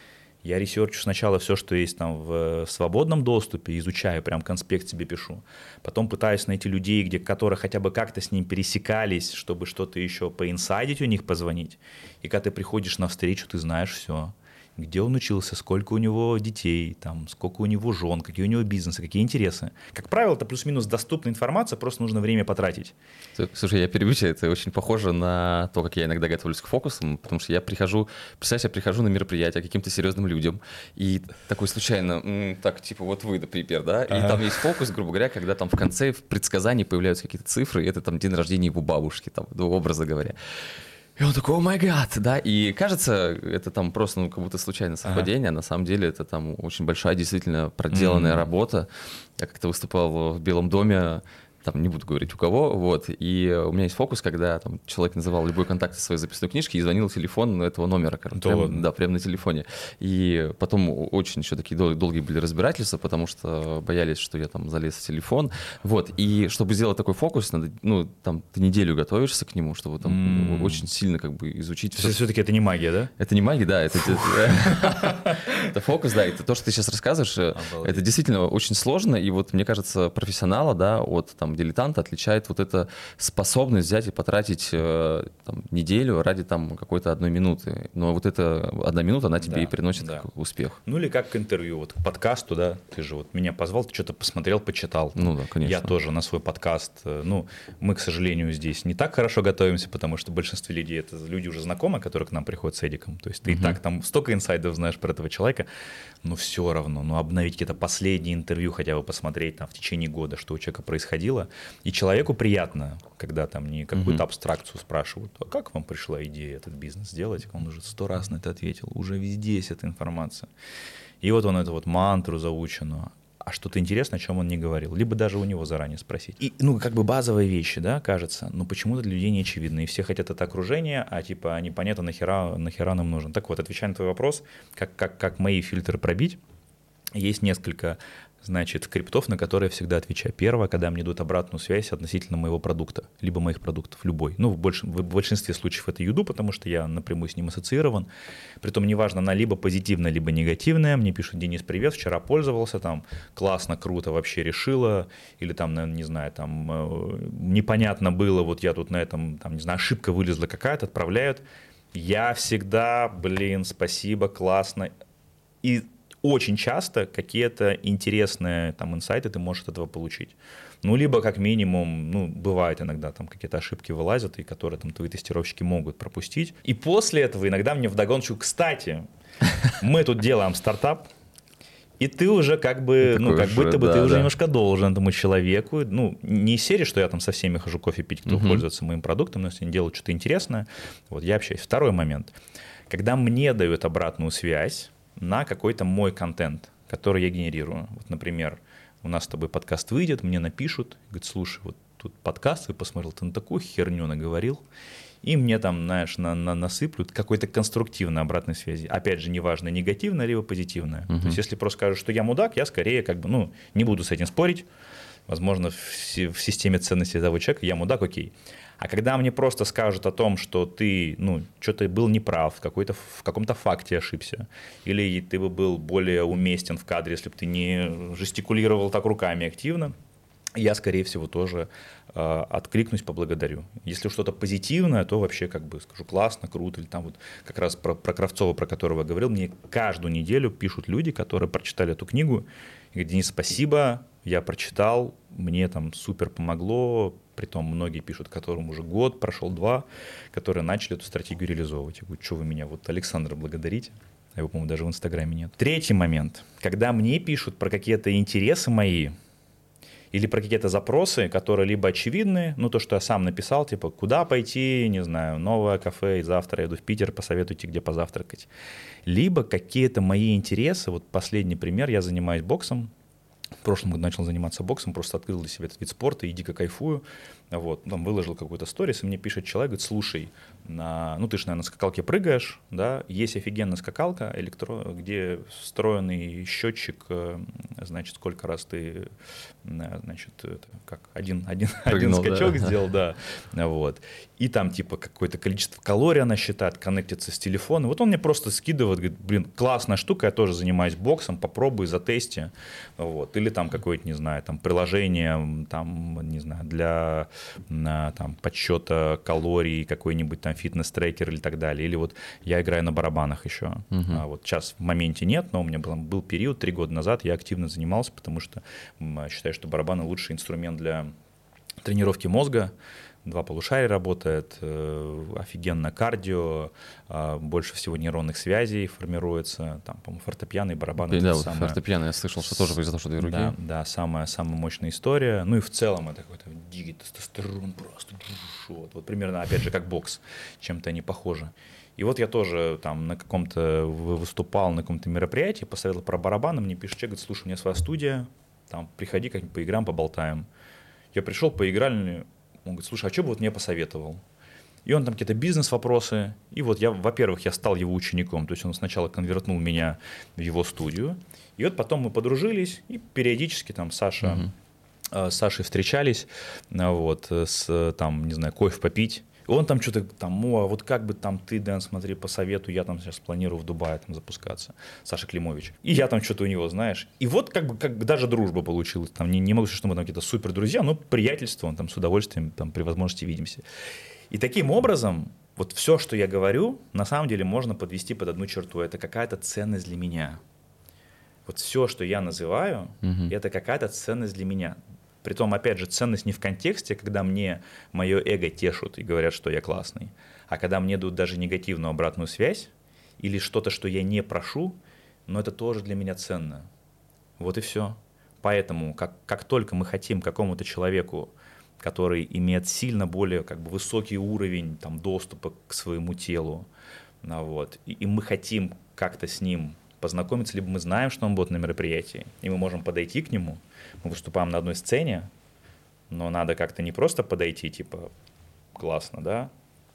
Я ресерчу сначала все, что есть там в, в свободном доступе, изучаю, прям конспект себе пишу. Потом пытаюсь найти людей, где, которые хотя бы как-то с ним пересекались, чтобы что-то еще поинсайдить у них, позвонить. И когда ты приходишь на встречу, ты знаешь все. Где он учился, сколько у него детей, там, сколько у него жен, какие у него бизнесы, какие интересы. Как правило, это плюс-минус доступная информация, просто нужно время потратить. Слушай, я перебью тебя, это очень похоже на то, как я иногда готовлюсь к фокусам, потому что я прихожу, представляешь, я прихожу на мероприятие к каким-то серьезным людям, и такой случайно, м, так, типа, вот вы, например, да, и ага. там есть фокус, грубо говоря, когда там в конце в предсказании появляются какие-то цифры, и это там день рождения его бабушки, там, ну, образно говоря. И он такой, о май гад, да, и кажется, это там просто, ну, как будто случайное совпадение, ага. а на самом деле это там очень большая, действительно проделанная mm-hmm. работа. Я как-то выступал в Белом доме, там не буду говорить у кого, вот, и у меня есть фокус, когда там человек называл любой контакт из своей записной книжки и звонил телефон этого номера, короче, прям, да, прямо на телефоне. И потом очень еще такие дол- долгие были разбирательства, потому что боялись, что я там залез в телефон, вот, и чтобы сделать такой фокус, надо, ну, там, ты неделю готовишься к нему, чтобы там mm. очень сильно как бы изучить все. Все-таки это не магия, да? Это не магия, да, это это фокус, да, это то, что ты сейчас рассказываешь, это действительно очень сложно, и вот мне кажется, профессионала, да, от там дилетанта отличает вот эта способность взять и потратить э, там, неделю ради там какой-то одной минуты. Но вот эта одна минута, она тебе да, и приносит да. успех. Ну или как к интервью, вот к подкасту, да, ты же вот меня позвал, ты что-то посмотрел, почитал. Ну да, конечно. Я тоже на свой подкаст, ну, мы, к сожалению, здесь не так хорошо готовимся, потому что большинство людей, это люди уже знакомые, которые к нам приходят с Эдиком, то есть ты uh-huh. и так там столько инсайдов знаешь про этого человека, но все равно, ну, обновить какие-то последние интервью, хотя бы посмотреть там в течение года, что у человека происходило, и человеку приятно, когда там не какую-то uh-huh. абстракцию спрашивают, а как вам пришла идея этот бизнес сделать, он уже сто раз на это ответил, уже везде есть эта информация, и вот он эту вот мантру заученную, а что-то интересное, о чем он не говорил, либо даже у него заранее спросить. И, ну, как бы базовые вещи, да, кажется, но почему-то для людей не очевидно, и все хотят это окружение, а типа непонятно, нахера, нахера нам нужен. Так вот, отвечая на твой вопрос, как, как, как мои фильтры пробить, есть несколько, значит, скриптов, на которые я всегда отвечаю. Первое, когда мне дают обратную связь относительно моего продукта, либо моих продуктов, любой. Ну, в, больш... в большинстве случаев это Юду, потому что я напрямую с ним ассоциирован. Притом, неважно, она либо позитивная, либо негативная. Мне пишут: Денис, привет, вчера пользовался, там, классно, круто, вообще решила. Или там, не знаю, там, непонятно было, вот я тут на этом, там, не знаю, ошибка вылезла какая-то, отправляют. Я всегда, блин, спасибо, классно. И очень часто какие-то интересные там инсайты ты можешь от этого получить. Ну, либо как минимум, ну, бывает иногда там какие-то ошибки вылазят, и которые там твои тестировщики могут пропустить. И после этого иногда мне вдогонку: кстати, мы тут делаем стартап, и ты уже как бы, такой ну, как уже, будто бы да, ты да. уже немножко должен этому человеку, ну, не из серии, что я там со всеми хожу кофе пить, кто uh-huh. пользуется моим продуктом, но если они делают что-то интересное, вот я общаюсь. Второй момент. Когда мне дают обратную связь на какой-то мой контент, который я генерирую. Вот, например, у нас с тобой подкаст выйдет, мне напишут, говорят: слушай, вот тут подкаст, я посмотрел, ты на такую херню наговорил, и мне там, знаешь, на, на, насыплют какой-то конструктивной обратной связи. Опять же, неважно, негативная либо позитивная. Uh-huh. То есть, если просто скажут, что я мудак, я скорее как бы, ну, не буду с этим спорить. Возможно, в, в системе ценностей того человека я мудак, окей. А когда мне просто скажут о том, что ты, ну, что-то был неправ, какой-то, в каком-то факте ошибся, или ты бы был более уместен в кадре, если бы ты не жестикулировал так руками активно, я, скорее всего, тоже э, откликнусь, поблагодарю. Если что-то позитивное, то вообще как бы скажу: классно, круто. Или там вот как раз про, про Кравцова, про которого я говорил, мне каждую неделю пишут люди, которые прочитали эту книгу, и говорят: Денис, спасибо, я прочитал, мне там супер помогло. Притом многие пишут, которым уже год, прошел два, которые начали эту стратегию реализовывать. Я говорю: что вы меня, вот Александра благодарите? А его, по-моему, даже в Инстаграме нет. Третий момент. Когда мне пишут про какие-то интересы мои или про какие-то запросы, которые либо очевидны, ну то, что я сам написал, типа куда пойти, не знаю, новое кафе, и завтра я иду в Питер, посоветуйте, где позавтракать. Либо какие-то мои интересы, вот последний пример, я занимаюсь боксом. В прошлом году начал заниматься боксом, просто открыл для себя этот вид спорта и дико кайфую. Вот, там выложил какой-то сторис, и мне пишет человек, говорит: слушай, на, ну ты же, наверное, на скакалке прыгаешь, да, есть офигенная скакалка, электро, где встроенный счетчик, значит, сколько раз ты, значит, это, как один, один, Прыгнул, один скачок да. сделал, да, вот. И там типа какое-то количество калорий она считает, коннектится с телефоном. Вот он мне просто скидывает, говорит: блин, классная штука, я тоже занимаюсь боксом, попробуй, затести. Вот. Или там какое-то, не знаю, там приложение, там, не знаю, для там, подсчета калорий, какой-нибудь там фитнес-трекер или так далее. Или вот я играю на барабанах еще. Uh-huh. А вот сейчас в моменте нет, но у меня был, был период, три года назад я активно занимался, потому что считаю, что барабаны лучший инструмент для тренировки мозга. Два полушария работает, э, офигенно кардио, э, больше всего нейронных связей формируется, там, по-моему, фортепиано и барабаны. Да, вот самое... фортепиано я слышал, что тоже произошло, что две руки. Да, да, самая, самая мощная история. Ну и в целом это какой-то дикий тестостерон просто. Вот, вот примерно, опять же, как бокс, чем-то они похожи. И вот я тоже там на каком-то выступал, на каком-то мероприятии, посоветовал про барабаны, мне пишет человек, говорит: слушай, у меня своя студия, там, приходи как-нибудь поиграем, поболтаем. Я пришел, поиграли. Он говорит: слушай, а что бы вот мне посоветовал? И он там какие-то бизнес-вопросы. И вот я, во-первых, я стал его учеником. То есть он сначала конвертнул меня в его студию. И вот потом мы подружились. И периодически там Саша, uh-huh. с Сашей встречались. Вот, с, там, не знаю, кофе попить. И он там что-то там, о, вот как бы там ты, Дэн, смотри, по совету, я там сейчас планирую в Дубае там запускаться, Саша Климович. И я там что-то у него, знаешь. И вот как бы, как бы даже дружба получилась. Там, не, не могу сказать, что мы там какие-то супер друзья, но приятельство, он там с удовольствием там при возможности видимся. И таким образом, вот все, что я говорю, на самом деле можно подвести под одну черту. Это какая-то ценность для меня. Вот все, что я называю, угу. это какая-то ценность для меня. Притом, опять же, ценность не в контексте, когда мне мое эго тешут и говорят, что я классный, а когда мне дают даже негативную обратную связь или что-то, что я не прошу, но это тоже для меня ценно. Вот и все. Поэтому, как, как только мы хотим какому-то человеку, который имеет сильно более как бы, высокий уровень там, доступа к своему телу, ну, вот, и, и мы хотим как-то с ним познакомиться, либо мы знаем, что он будет на мероприятии, и мы можем подойти к нему, мы выступаем на одной сцене, но надо как-то не просто подойти, типа, классно, да,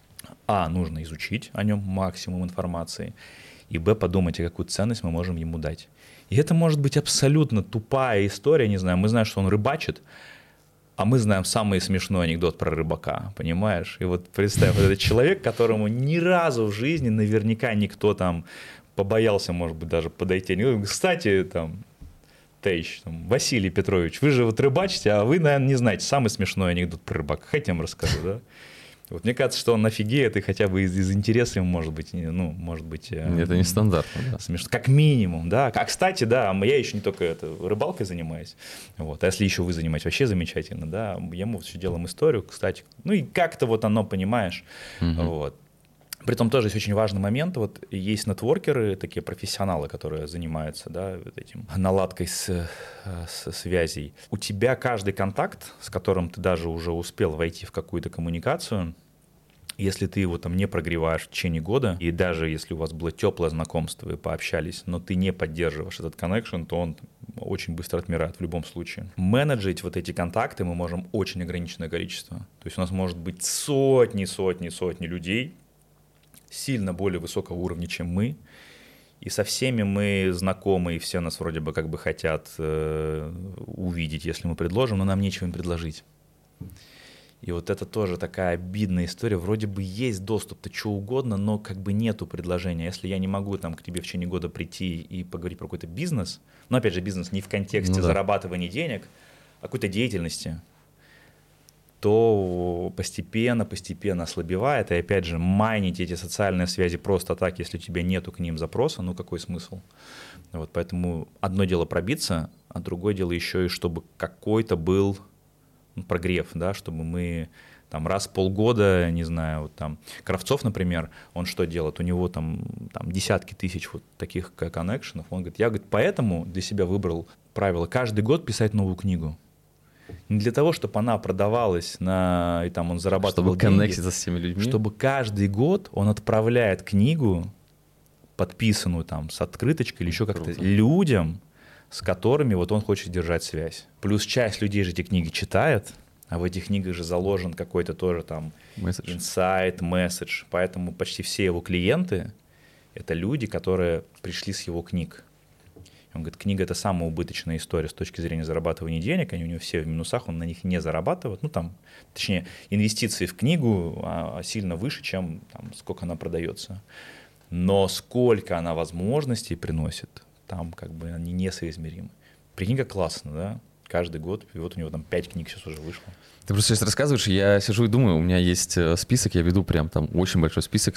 а нужно изучить о нем максимум информации, и б, подумать, а какую ценность мы можем ему дать. И это может быть абсолютно тупая история, не знаю, мы знаем, что он рыбачит, а мы знаем самый смешной анекдот про рыбака, понимаешь? И вот представь, вот этот человек, которому ни разу в жизни наверняка никто там побоялся, может быть, даже подойти. Кстати, там, товарищ, там, Василий Петрович, вы же вот рыбачите, а вы, наверное, не знаете самый смешной анекдот про рыбака. Хотя я вам расскажу, да? Вот мне кажется, что он офигеет, и хотя бы из, из интереса ему, может быть, не, ну, может быть... Это не стандартно, да. Смешно. Как минимум, да. А, кстати, да, я еще не только это, рыбалкой занимаюсь, вот. А если еще вы занимаетесь, вообще замечательно, да. Ему все делаем историю, кстати. Ну и как-то вот оно, понимаешь, угу. вот. Притом тоже есть очень важный момент, вот есть нетворкеры, такие профессионалы, которые занимаются, да, вот этим наладкой с, с связей. У тебя каждый контакт, с которым ты даже уже успел войти в какую-то коммуникацию, если ты его там не прогреваешь в течение года, и даже если у вас было теплое знакомство, вы пообщались, но ты не поддерживаешь этот коннекшн, то он очень быстро отмирает в любом случае. Менеджить вот эти контакты мы можем очень ограниченное количество. То есть у нас может быть сотни, сотни, сотни людей, сильно более высокого уровня, чем мы, и со всеми мы знакомы, и все нас вроде бы как бы хотят э, увидеть, если мы предложим, но нам нечего им предложить. И вот это тоже такая обидная история. Вроде бы есть доступ-то что угодно, но как бы нету предложения. Если я не могу там к тебе в течение года прийти и поговорить про какой-то бизнес, но опять же бизнес не в контексте ну, да. зарабатывания денег, а какой-то деятельности, то постепенно, постепенно ослабевает. И опять же, майнить эти социальные связи просто так, если у тебя нету к ним запроса, ну какой смысл? Вот, поэтому одно дело пробиться, а другое дело еще и чтобы какой-то был прогрев, да, чтобы мы там раз в полгода, не знаю, вот там Кравцов, например, он что делает? У него там, там десятки тысяч вот таких коннекшенов. Он говорит, я говорит, поэтому для себя выбрал правило каждый год писать новую книгу. Не для того, чтобы она продавалась, на, и там он зарабатывал чтобы деньги. Чтобы коннектиться с теми людьми. Чтобы каждый год он отправляет книгу, подписанную там с открыточкой или еще как-то людям, с которыми вот он хочет держать связь. Плюс часть людей же эти книги читает, а в этих книгах же заложен какой-то тоже там инсайт, месседж. Поэтому почти все его клиенты — это люди, которые пришли с его книг. Он говорит, книга — это самая убыточная история с точки зрения зарабатывания денег, они у него все в минусах, он на них не зарабатывает. Ну, там, точнее, инвестиции в книгу а, сильно выше, чем там, сколько она продается. Но сколько она возможностей приносит, там как бы они несоизмеримы. Прикинь, как классно, да? Каждый год, и вот у него там пять книг сейчас уже вышло. Ты просто сейчас рассказываешь, я сижу и думаю, у меня есть список, я веду прям там очень большой список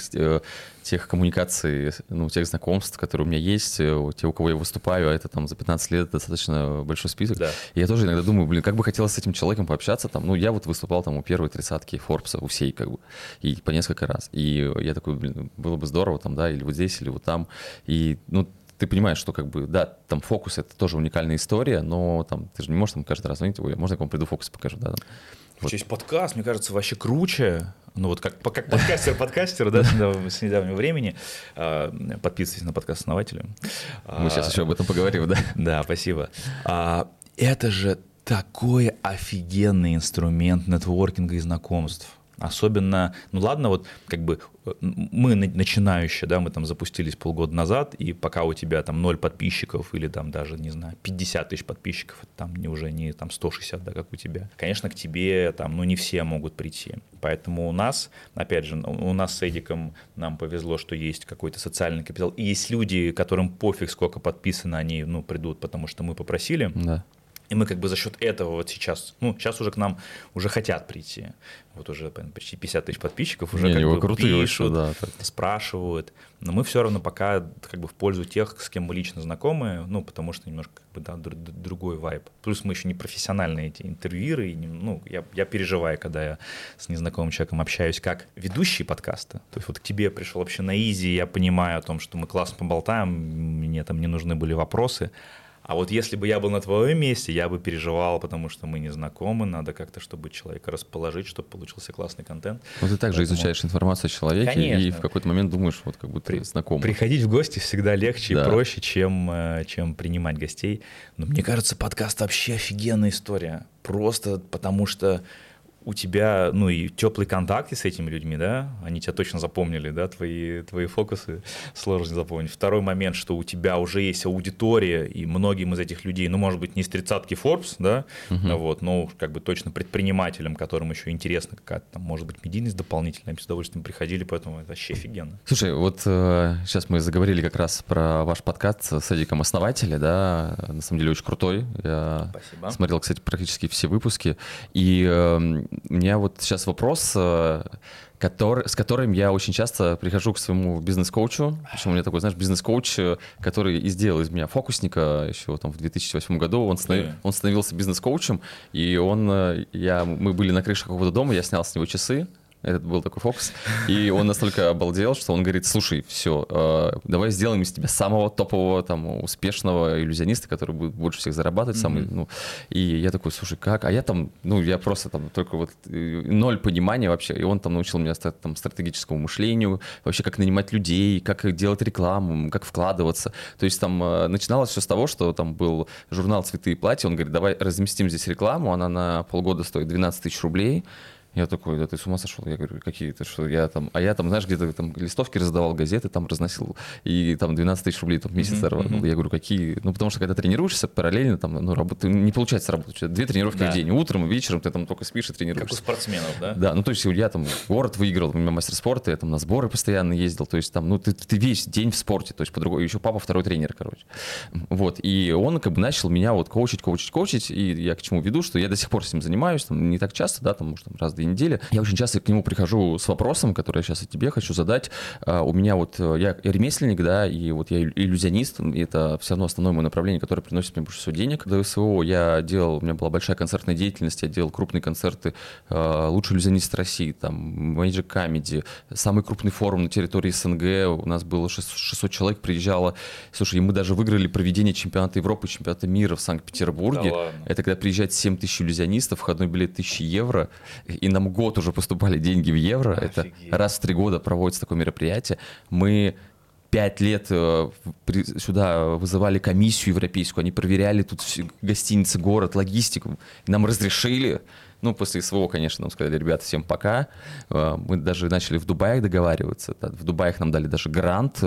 тех коммуникаций, ну, тех знакомств, которые у меня есть, те, у кого я выступаю, а это там за пятнадцать лет достаточно большой список. Да. И я тоже иногда думаю, блин, как бы хотелось с этим человеком пообщаться, там, ну, я вот выступал там у первой тридцатки Форбса, у всей, как бы, и по несколько раз. И я такой, блин, было бы здорово там, да, или вот здесь, или вот там. И, ну, ты понимаешь, что как бы, да, там фокус — это тоже уникальная история, но там ты же не можешь там каждый раз звонить, ой, можно я к вам приду, фокус покажу, да. Там. Вот. Есть подкаст, мне кажется, вообще круче. Ну вот как, как подкастер-подкастер, да, с недавнего времени. Подписывайтесь на подкаст «Основатели». Мы сейчас еще об этом поговорим, да? Да, спасибо. Это же такой офигенный инструмент нетворкинга и знакомств. Особенно, ну ладно, вот как бы мы начинающие, да, мы там запустились полгода назад, и пока у тебя там ноль подписчиков или там даже, не знаю, пятьдесят тысяч подписчиков, там не уже не там сто шестьдесят, да, как у тебя. Конечно, к тебе там, ну не все могут прийти. Поэтому у нас, опять же, у нас с Эдиком нам повезло, что есть какой-то социальный капитал. И есть люди, которым пофиг, сколько подписано, они, ну, придут, потому что мы попросили. Да. И мы как бы за счет этого вот сейчас, ну, сейчас уже к нам уже хотят прийти. Вот уже почти пятьдесят тысяч подписчиков уже Не, как бы крутые пишут, да, спрашивают. Но мы все равно пока как бы в пользу тех, с кем мы лично знакомы, ну, потому что немножко как бы, да, другой вайб. Плюс мы еще не профессиональные эти интервьюеры. И не, ну, я, я переживаю, когда я с незнакомым человеком общаюсь как ведущий подкаста. То есть вот к тебе пришел вообще на изи, я понимаю о том, что мы классно поболтаем, мне там не нужны были вопросы. А вот если бы я был на твоем месте, я бы переживал, потому что мы не знакомы, надо как-то, чтобы человека расположить, чтобы получился классный контент. Ну ты также Поэтому... изучаешь информацию о человеке. Конечно. И в какой-то момент думаешь, вот как будто При... знакомый. Приходить в гости всегда легче да. и проще, чем, чем принимать гостей. Но мне кажется, подкаст вообще офигенная история. Просто потому что у тебя, ну, и теплые контакты с этими людьми, да, они тебя точно запомнили, да, твои, твои фокусы сложно запомнить. Второй момент, что у тебя уже есть аудитория, и многим из этих людей, ну, может быть, не с тридцатки Forbes, да, uh-huh. вот, но как бы точно предпринимателям, которым еще интересно какая-то, там, может быть, медийность дополнительная, они с удовольствием приходили, поэтому это вообще офигенно. Слушай, вот э, сейчас мы заговорили как раз про ваш подкаст с Эдиком Основателя, да, на самом деле очень крутой. Я Спасибо. Смотрел, кстати, практически все выпуски, и э, у меня вот сейчас вопрос, который, с которым я очень часто прихожу к своему бизнес-коучу. Причем у меня такой, знаешь, бизнес-коуч, который и сделал из меня фокусника еще там в две тысячи восьмом году. Он, станов, он становился бизнес-коучем, и он, я, мы были на крыше какого-то дома, я снял с него часы. Этот был такой фокус. И он настолько обалдел, что он говорит: слушай, все, э, давай сделаем из тебя самого топового, там, успешного иллюзиониста, который будет больше всех зарабатывать. Mm-hmm. Самый, ну, и я такой: слушай, как? А я там, ну, я просто там только вот ноль понимания вообще. И он там научил меня там стратегическому мышлению, вообще как нанимать людей, как делать рекламу, как вкладываться. То есть там э, начиналось все с того, что там был журнал «Цветы и платья». Он говорит: давай разместим здесь рекламу, она на полгода стоит двенадцать тысяч рублей. Я такой: да ты с ума сошел? Я говорю: какие-то, что я там, а я там, знаешь, где-то там листовки раздавал, газеты там разносил, и там двенадцать тысяч рублей там в месяц зарабатывал. Mm-hmm. Я говорю: какие? Ну, потому что когда тренируешься параллельно, там, ну, работа, не получается работать. Две тренировки да. в день, утром, вечером ты там только спишь и тренируешься. Как у спортсменов, да? Да, ну, то есть я там город выиграл, у меня мастер спорта, я там на сборы постоянно ездил, то есть там, ну, ты, ты весь день в спорте, то есть по-другому, еще папа второй тренер, короче. Вот, и он как бы начал меня вот коучить, коучить, коучить, и я к чему веду, что я до сих пор с ним занимаюсь, там, не так часто, да, там, может, там, раз в две недели. Я очень часто к нему прихожу с вопросом, который я сейчас и тебе хочу задать. Uh, у меня вот, я ремесленник, да, и вот я иллюзионист, и это все равно основное мое направление, которое приносит мне больше всего денег. До СВО я делал, у меня была большая концертная деятельность, я делал крупные концерты, uh, лучший иллюзионист России, там, Magic Comedy, самый крупный форум на территории СНГ, у нас было шестьсот человек, приезжало. Слушай, и мы даже выиграли проведение чемпионата Европы, чемпионата мира в Санкт-Петербурге. Да, это когда приезжает семь тысяч иллюзионистов, входной билет тысяча евро, и нам год уже поступали деньги в евро. Офигеть. Это раз в три года проводится такое мероприятие. Мы пять лет сюда вызывали комиссию европейскую, они проверяли тут гостиницы, город, логистику. Нам разрешили. Ну, после СВО, конечно, нам сказали: ребята, всем пока. Мы даже начали в Дубае договариваться. В Дубае нам дали даже грант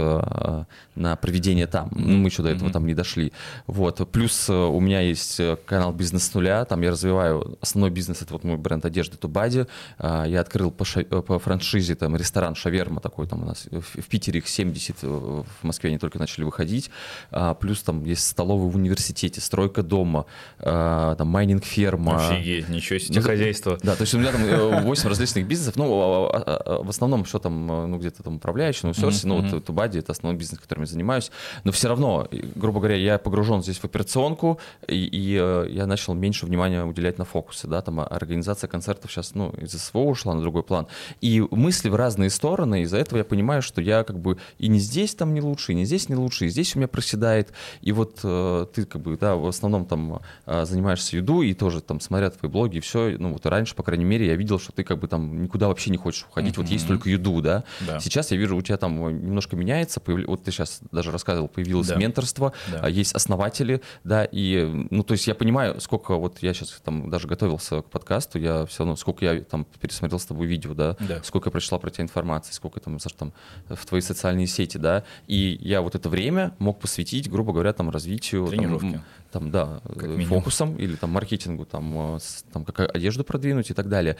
на проведение там. Mm-hmm. Мы еще до этого mm-hmm. там не дошли. Вот. Плюс у меня есть канал «Бизнес с нуля». Там я развиваю основной бизнес. Это вот мой бренд одежды Тубади. Я открыл по, ша- по франшизе там ресторан «Шаверма» такой. Там у нас в Питере их семьдесят, в Москве они только начали выходить. Плюс там есть столовые в университете, стройка дома, там майнинг-ферма. Офигеть, ничего себе. Хозяйство. Да, то есть у меня там восемь различных бизнесов, ну, в основном все там, ну, где-то там управляющий, ну, серси, mm-hmm. ну, вот Тубади — это основной бизнес, которым я занимаюсь, но все равно, грубо говоря, я погружен здесь в операционку, и, и я начал меньше внимания уделять на фокусы, да, там организация концертов сейчас, ну, из СВО ушла на другой план, и мысли в разные стороны, из-за этого я понимаю, что я как бы и не здесь там не лучше, и не здесь не лучше, и здесь у меня проседает, и вот ты как бы, да, в основном там занимаешься едой, и тоже там, смотря твои блоги, и все, все, ну вот раньше, по крайней мере, я видел, что ты как бы там никуда вообще не хочешь уходить, mm-hmm. вот есть только еду, да? да. Сейчас я вижу, у тебя там немножко меняется, появ... вот ты сейчас даже рассказывал, появилось да. менторство, да. есть основатели, да, и, ну, то есть я понимаю, сколько, вот я сейчас там даже готовился к подкасту, я все равно, сколько я там пересмотрел с тобой видео, да, да. сколько я прочитал про тебя информации, сколько там, Саш, там в твои социальные сети, да, и я вот это время мог посвятить, грубо говоря, там развитию, тренировки. Там, там, да, фокусом или там маркетингу, там, там как одежду продвинуть и так далее.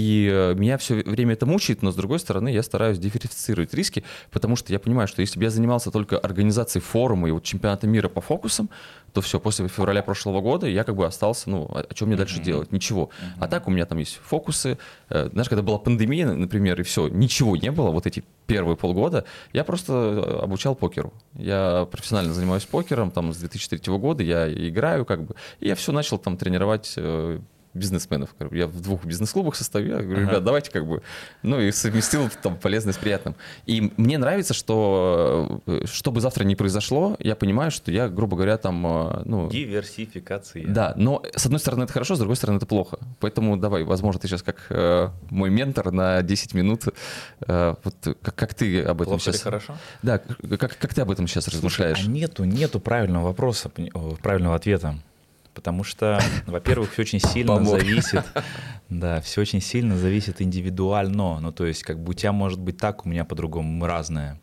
И меня все время это мучает, но с другой стороны я стараюсь диверсифицировать риски, потому что я понимаю, что если бы я занимался только организацией форума и вот чемпионата мира по фокусам, то все, после февраля прошлого года я как бы остался, ну, а что мне дальше mm-hmm. делать? Ничего. Mm-hmm. А так у меня там есть фокусы. Знаешь, когда была пандемия, например, и все, ничего не было, вот эти первые полгода, я просто обучал покеру. Я профессионально занимаюсь покером, там, с две тысячи третьего года я играю, как бы, и я все начал там тренировать бизнесменов. Я в двух бизнес-клубах состою, я говорю, ребят, ага. давайте как бы, ну и совместил там полезное с приятным. И мне нравится, что что бы завтра ни произошло, я понимаю, что я, грубо говоря, там, ну... Диверсификация. Да, но с одной стороны это хорошо, с другой стороны это плохо. Поэтому давай, возможно, ты сейчас как э, мой ментор на десять минут, э, вот как, как ты об этом плохо сейчас... Или хорошо? Да, как, как ты об этом сейчас размышляешь? Слушай, а нету, нету правильного вопроса, правильного ответа. Потому что, во-первых, все очень сильно Помог. зависит, да, все очень сильно зависит индивидуально. Ну, то есть, как бы у тебя может быть так, у меня по-другому, мы разные.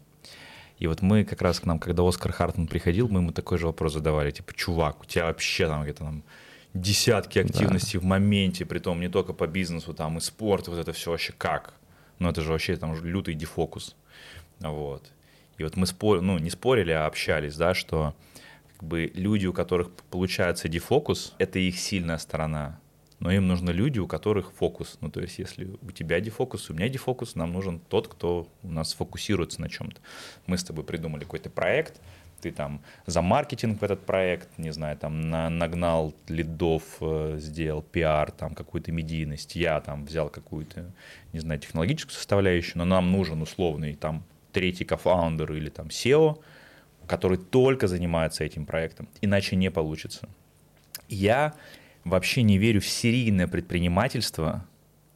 И вот мы как раз к нам, когда Оскар Хартман приходил, мы ему такой же вопрос задавали, типа, чувак, у тебя вообще там где-то там десятки активностей да. в моменте, притом не только по бизнесу, там и спорт, вот это все вообще как? Ну, это же вообще там лютый дефокус. Вот. И вот мы спор... ну, не спорили, а общались, да, что как бы люди, у которых получается дефокус, это их сильная сторона. Но им нужны люди, у которых фокус. Ну, то есть, если у тебя дефокус, у меня дефокус, нам нужен тот, кто у нас фокусируется на чем-то. Мы с тобой придумали какой-то проект, ты там за маркетинг в этот проект, не знаю, там на, нагнал лидов, э, сделал пиар, там какую-то медийность, я там взял какую-то, не знаю, технологическую составляющую, но нам нужен условный там третий кофаундер или там сео, который только занимается этим проектом, иначе не получится. Я вообще не верю в серийное предпринимательство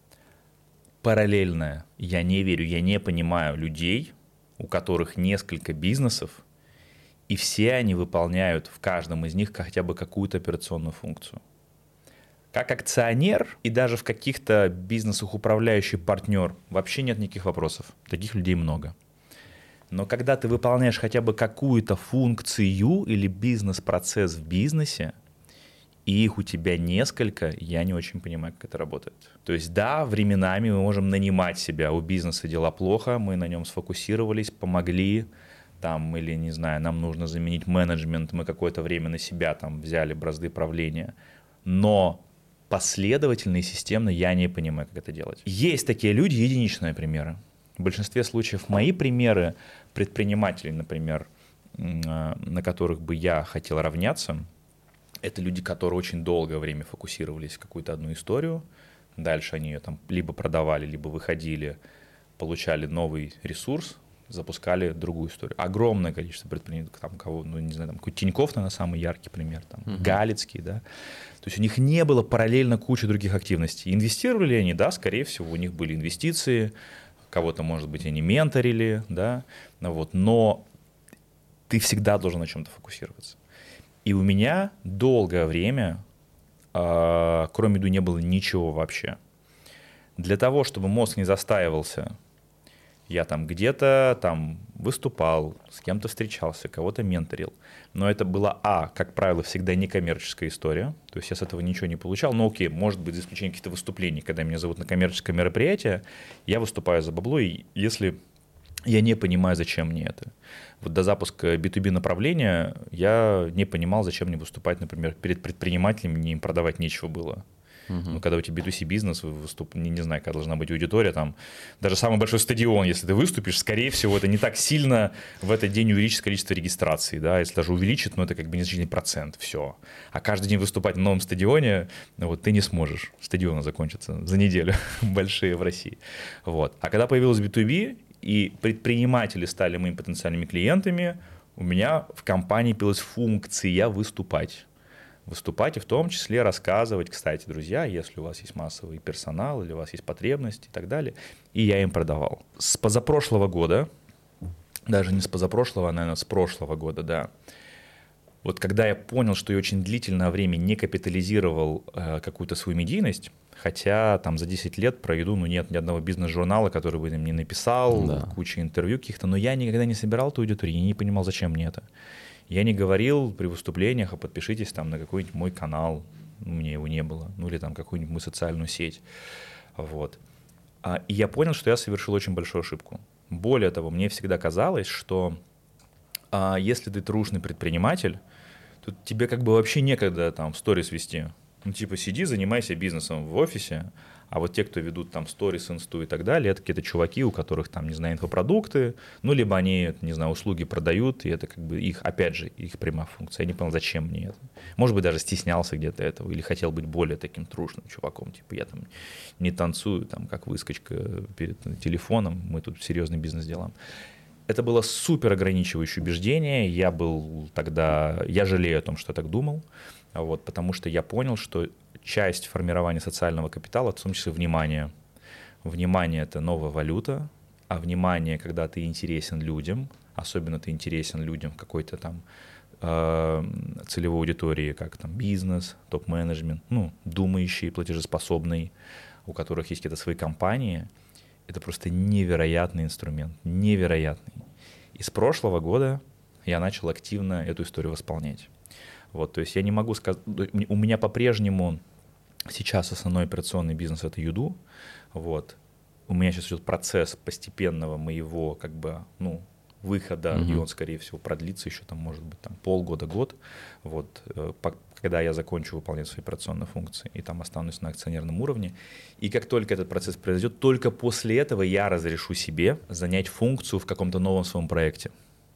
параллельное. Я не верю, я не понимаю людей, у которых несколько бизнесов, и все они выполняют в каждом из них хотя бы какую-то операционную функцию. Как акционер и даже в каких-то бизнесах управляющий партнер вообще нет никаких вопросов. Таких людей много. Но когда ты выполняешь хотя бы какую-то функцию или бизнес-процесс в бизнесе, и их у тебя несколько, я не очень понимаю, как это работает. То есть да, временами мы можем нанимать себя, у бизнеса дела плохо, мы на нем сфокусировались, помогли, там, или, не знаю, нам нужно заменить менеджмент, мы какое-то время на себя там взяли бразды правления. Но последовательно и системно я не понимаю, как это делать. Есть такие люди, единичные примеры. В большинстве случаев мои примеры предпринимателей, например, на которых бы я хотел равняться, это люди, которые очень долгое время фокусировались в какую-то одну историю. Дальше они ее там либо продавали, либо выходили, получали новый ресурс, запускали другую историю. Огромное количество предпринимателей, там кого, ну не знаю, там какой Тинькофф, наверное, самый яркий пример, там uh-huh. Галицкий, да. То есть у них не было параллельно кучи других активностей. Инвестировали они, да, скорее всего, у них были инвестиции, кого-то, может быть, они менторили, да, вот, но ты всегда должен на чем-то фокусироваться. И у меня долгое время, э, кроме еды, не было ничего вообще. Для того, чтобы мозг не застаивался, я там где-то там выступал, с кем-то встречался, кого-то менторил. Но это была, а, как правило, всегда некоммерческая история. То есть я с этого ничего не получал. Но окей, может быть, за исключением каких-то выступлений, когда меня зовут на коммерческое мероприятие, я выступаю за бабло, и если я не понимаю, зачем мне это. Вот до запуска би ту би направления я не понимал, зачем мне выступать, например, перед предпринимателями, мне им продавать нечего было. Uh-huh. Ну, когда у тебя би ту си бизнес, выступ... не, не знаю, какая должна быть аудитория, там, даже самый большой стадион, если ты выступишь, скорее всего, это не так сильно в этот день увеличит количество регистраций, да, если даже увеличит, ну, это как бы незначительный процент, все. А каждый день выступать на новом стадионе, ну, вот, ты не сможешь, стадионы закончатся за неделю, большие в России, вот. А когда появилась би ту би, и предприниматели стали моими потенциальными клиентами, у меня в компании появилась функция выступать. выступать и в том числе рассказывать, кстати, друзья, если у вас есть массовый персонал или у вас есть потребность и так далее. И я им продавал. С позапрошлого года, даже не с позапрошлого, а, наверное, с прошлого года, да, вот когда я понял, что я очень длительное время не капитализировал э, какую-то свою медийность, хотя там за десять лет про еду, ну, нет ни одного бизнес-журнала, который бы мне написал, да. Куча интервью каких-то, но я никогда не собирал эту аудиторию, я не понимал, зачем мне это. Я не говорил при выступлениях, а подпишитесь там на какой-нибудь мой канал, у меня его не было, ну или там какую-нибудь мою социальную сеть, вот. А, и я понял, что я совершил очень большую ошибку. Более того, мне всегда казалось, что а, если ты трушный предприниматель, то тебе как бы вообще некогда там в сторис вести. Ну, типа, сиди, занимайся бизнесом в офисе, а вот те, кто ведут там сторис, инсту и так далее, это какие-то чуваки, у которых там, не знаю, инфопродукты, ну, либо они, не знаю, услуги продают, и это как бы их, опять же, их прямая функция. Я не понял, зачем мне это. Может быть, даже стеснялся где-то этого или хотел быть более таким трушным чуваком. Типа, я там не танцую, там, как выскочка перед телефоном, мы тут серьезный бизнес делаем. Это было супер ограничивающее убеждение. Я был тогда, я жалею о том, что я так думал, вот, потому что я понял, что часть формирования социального капитала, в том числе внимание. Внимание — это новая валюта, а внимание, когда ты интересен людям, особенно ты интересен людям в какой-то там э, целевой аудитории, как там бизнес, топ-менеджмент, ну, думающий, платежеспособный, у которых есть какие-то свои компании, это просто невероятный инструмент, невероятный. И с прошлого года я начал активно эту историю восполнять. Вот, то есть я не могу сказать, у меня по-прежнему сейчас основной операционный бизнес — это Юду. Вот. У меня сейчас идет процесс постепенного моего как бы, ну, выхода, mm-hmm. и он, скорее всего, продлится еще там, может быть, там, полгода-год. Вот, когда я закончу выполнять свои операционные функции и там останусь на акционерном уровне. И как только этот процесс произойдет, только после этого я разрешу себе занять функцию в каком-то новом своем проекте.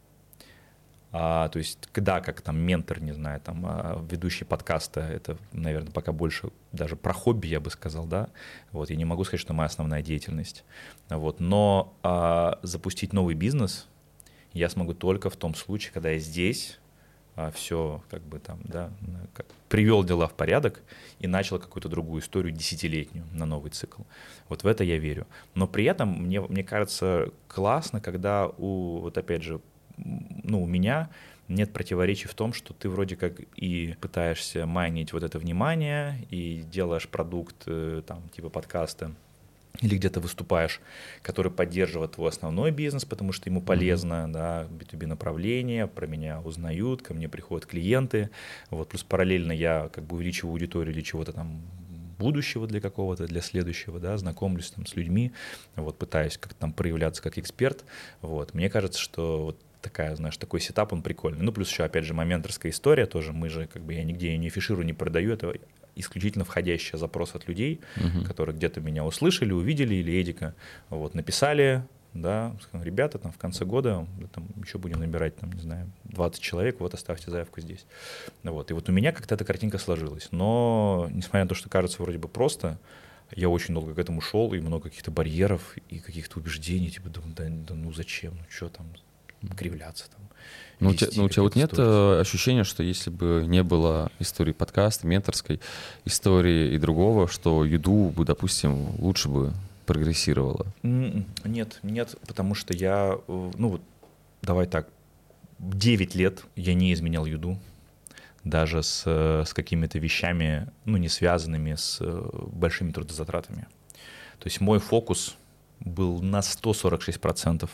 А, то есть, когда как там ментор, не знаю, там ведущий подкаста, это, наверное, пока больше даже про хобби, я бы сказал, да. Вот, я не могу сказать, что моя основная деятельность. Вот, но а, запустить новый бизнес я смогу только в том случае, когда я здесь а, все как бы там, да, как, привел дела в порядок и начал какую-то другую историю десятилетнюю на новый цикл. Вот в это я верю. Но при этом мне, мне кажется классно, когда у, вот опять же, ну, у меня нет противоречий в том, что ты вроде как и пытаешься майнить вот это внимание и делаешь продукт там типа подкаста или где-то выступаешь, который поддерживает твой основной бизнес, потому что ему полезно, mm-hmm. да, би ту би направление, про меня узнают, ко мне приходят клиенты, вот, плюс параллельно я как бы увеличиваю аудиторию для чего-то там будущего, для какого-то, для следующего, да, знакомлюсь там с людьми, вот, пытаюсь как-то там проявляться как эксперт, вот, мне кажется, что вот такая, знаешь, такой сетап, он прикольный. Ну, плюс еще, опять же, моменторская история тоже. Мы же, как бы, я нигде ее не афиширую, не продаю. Это исключительно входящий запрос от людей, uh-huh. которые где-то меня услышали, увидели, или Эдика, вот, написали, да, сказали, ребята, там, в конце года там, еще будем набирать, там, не знаю, двадцать человек, вот, оставьте заявку здесь. Вот. И вот у меня как-то эта картинка сложилась. Но, несмотря на то, что кажется вроде бы просто, я очень долго к этому шел, и много каких-то барьеров, и каких-то убеждений, типа, да, да, да ну зачем, ну что там, кривляться там. Ну, у тебя, ну, у тебя вот нет истории. Ощущения, что если бы не было истории подкаста, менторской истории и другого, что Юду бы, допустим, лучше бы прогрессировала? Нет, нет, потому что я, ну вот, давай так, девять лет я не изменял Юду, даже с, с какими-то вещами, ну, не связанными с большими трудозатратами. То есть мой фокус был на сто сорок шесть процентов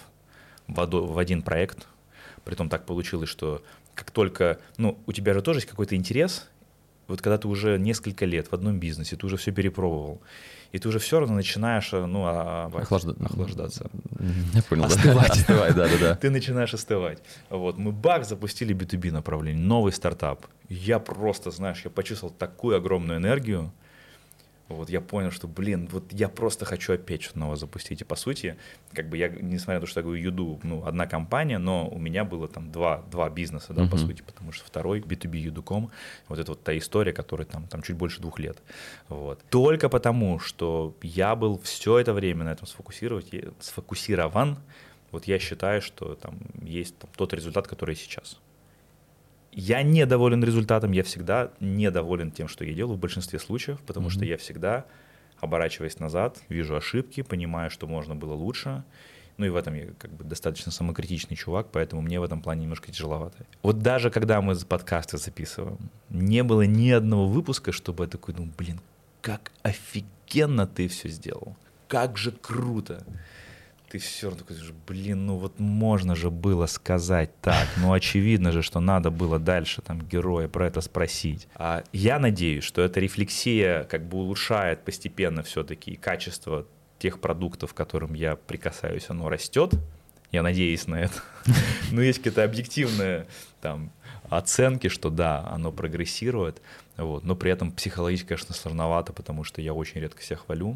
в один проект. Притом так получилось, что как только, ну, у тебя же тоже есть какой-то интерес, вот когда ты уже несколько лет в одном бизнесе, ты уже все перепробовал, и ты уже все равно начинаешь, ну, Охлажда... охлаждаться. Я понял, остывать. Да. Остывать, да, да, да. Ты начинаешь остывать. Вот, мы бак запустили би ту би направление, новый стартап. Я просто, знаешь, я почувствовал такую огромную энергию. Вот я понял, что, блин, вот я просто хочу опять что-то новое запустить. И по сути, как бы я, несмотря на то, что я говорю Юду, ну, одна компания, но у меня было там два, два бизнеса, да, uh-huh. по сути, потому что второй би ту би Юду точка ком, вот это вот та история, которая там, там чуть больше двух лет. Вот. Только потому, что я был все это время на этом сфокусирован, вот я считаю, что там есть там, тот результат, который сейчас. Я недоволен результатом, я всегда недоволен тем, что я делаю в большинстве случаев, потому mm-hmm. что я всегда, оборачиваясь назад, вижу ошибки, понимаю, что можно было лучше. Ну и в этом я как бы достаточно самокритичный чувак, поэтому мне в этом плане немножко тяжеловато. Вот даже когда мы подкасты записываем, не было ни одного выпуска, чтобы я такой, ну блин, как офигенно ты все сделал, как же круто. Ты все равно такой, блин, ну вот можно же было сказать так, ну очевидно же, что надо было дальше там героя про это спросить. А я надеюсь, что эта рефлексия как бы улучшает постепенно все-таки качество тех продуктов, к которым я прикасаюсь, оно растет. Я надеюсь на это. Но есть какие-то объективные там оценки, что да, оно прогрессирует. Вот. Но при этом психологически, конечно, сложновато, потому что я очень редко себя хвалю.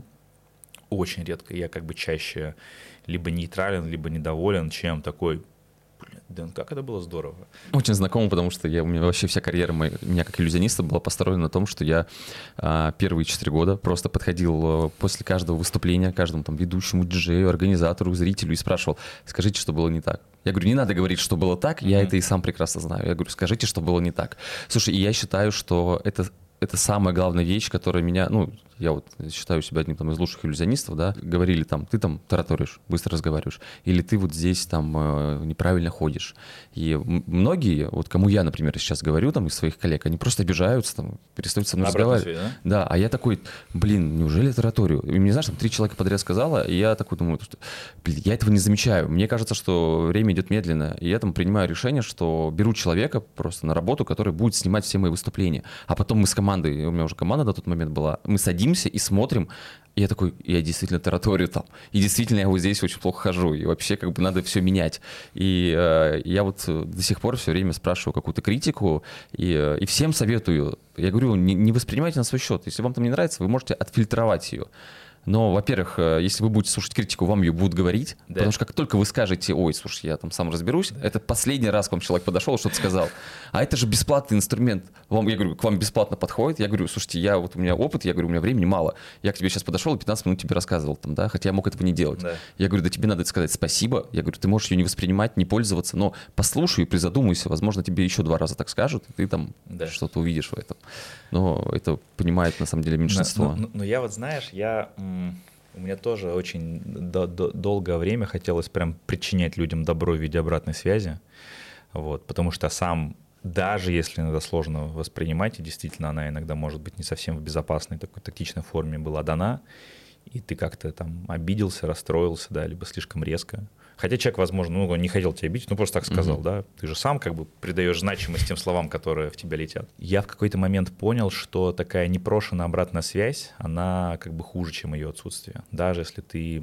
Очень редко. Я как бы чаще либо нейтрален, либо недоволен, чем такой, блин, да как это было здорово. Очень знакомо, потому что я, у меня вообще вся карьера моя, у меня как иллюзиониста была построена на том, что я а, первые четыре года просто подходил после каждого выступления, каждому там ведущему, диджею, организатору, зрителю и спрашивал, скажите, что было не так. Я говорю, не надо говорить, что было так, я mm-hmm. это и сам прекрасно знаю. Я говорю, скажите, что было не так. Слушай, и я считаю, что это... Это самая главная вещь, которая меня, ну, я вот считаю себя одним там, из лучших иллюзионистов, да, говорили там, ты там тараторишь, быстро разговариваешь, или ты вот здесь там э, неправильно ходишь. И многие, вот кому я, например, сейчас говорю, там, из своих коллег, они просто обижаются, там, перестают со мной разговаривать. Да? Да, а я такой, блин, неужели я тараторю? И мне, знаешь, там три человека подряд сказала, и я такой думаю, что, блин, я этого не замечаю. Мне кажется, что время идет медленно, и я там принимаю решение, что беру человека просто на работу, который будет снимать все мои выступления, а потом мы с командой, у меня уже команда на тот момент была, мы садимся и смотрим, и я такой, я действительно тараторю там, и действительно я вот здесь очень плохо хожу, и вообще как бы надо все менять. И э, я вот до сих пор все время спрашиваю какую-то критику, и, и всем советую, я говорю, не, не воспринимайте на свой счет, если вам там не нравится, вы можете отфильтровать ее. Но, во-первых, если вы будете слушать критику, вам ее будут говорить, да. Потому что как только вы скажете, ой, слушай, я там сам разберусь, да. Это последний раз к вам человек подошел и что-то сказал. А это же бесплатный инструмент. Вам, я говорю, к вам бесплатно подходит. Я говорю, слушайте, я, вот у меня опыт, я говорю, у меня времени мало. Я к тебе сейчас подошел и пятнадцать минут тебе рассказывал, там, да, хотя я мог этого не делать. Да. Я говорю, да тебе надо сказать спасибо. Я говорю, ты можешь ее не воспринимать, не пользоваться, но послушай и призадумайся. Возможно, тебе еще два раза так скажут, и ты там да. что-то увидишь в этом. Но это понимает, на самом деле, меньшинство. Но, но, но я вот, знаешь, я... М- У меня тоже очень до- до- долгое время хотелось прям причинять людям добро в виде обратной связи, вот, потому что сам, даже если иногда сложно воспринимать, и действительно она иногда может быть не совсем в безопасной такой тактичной форме была дана, и ты как-то там обиделся, расстроился, да, либо слишком резко. Хотя человек, возможно, ну, он не хотел тебя обидеть, ну, просто так сказал, mm-hmm. да. Ты же сам как бы придаешь значимость тем словам, которые в тебя летят. Я в какой-то момент понял, что такая непрошенная обратная связь, она как бы хуже, чем ее отсутствие. Даже если ты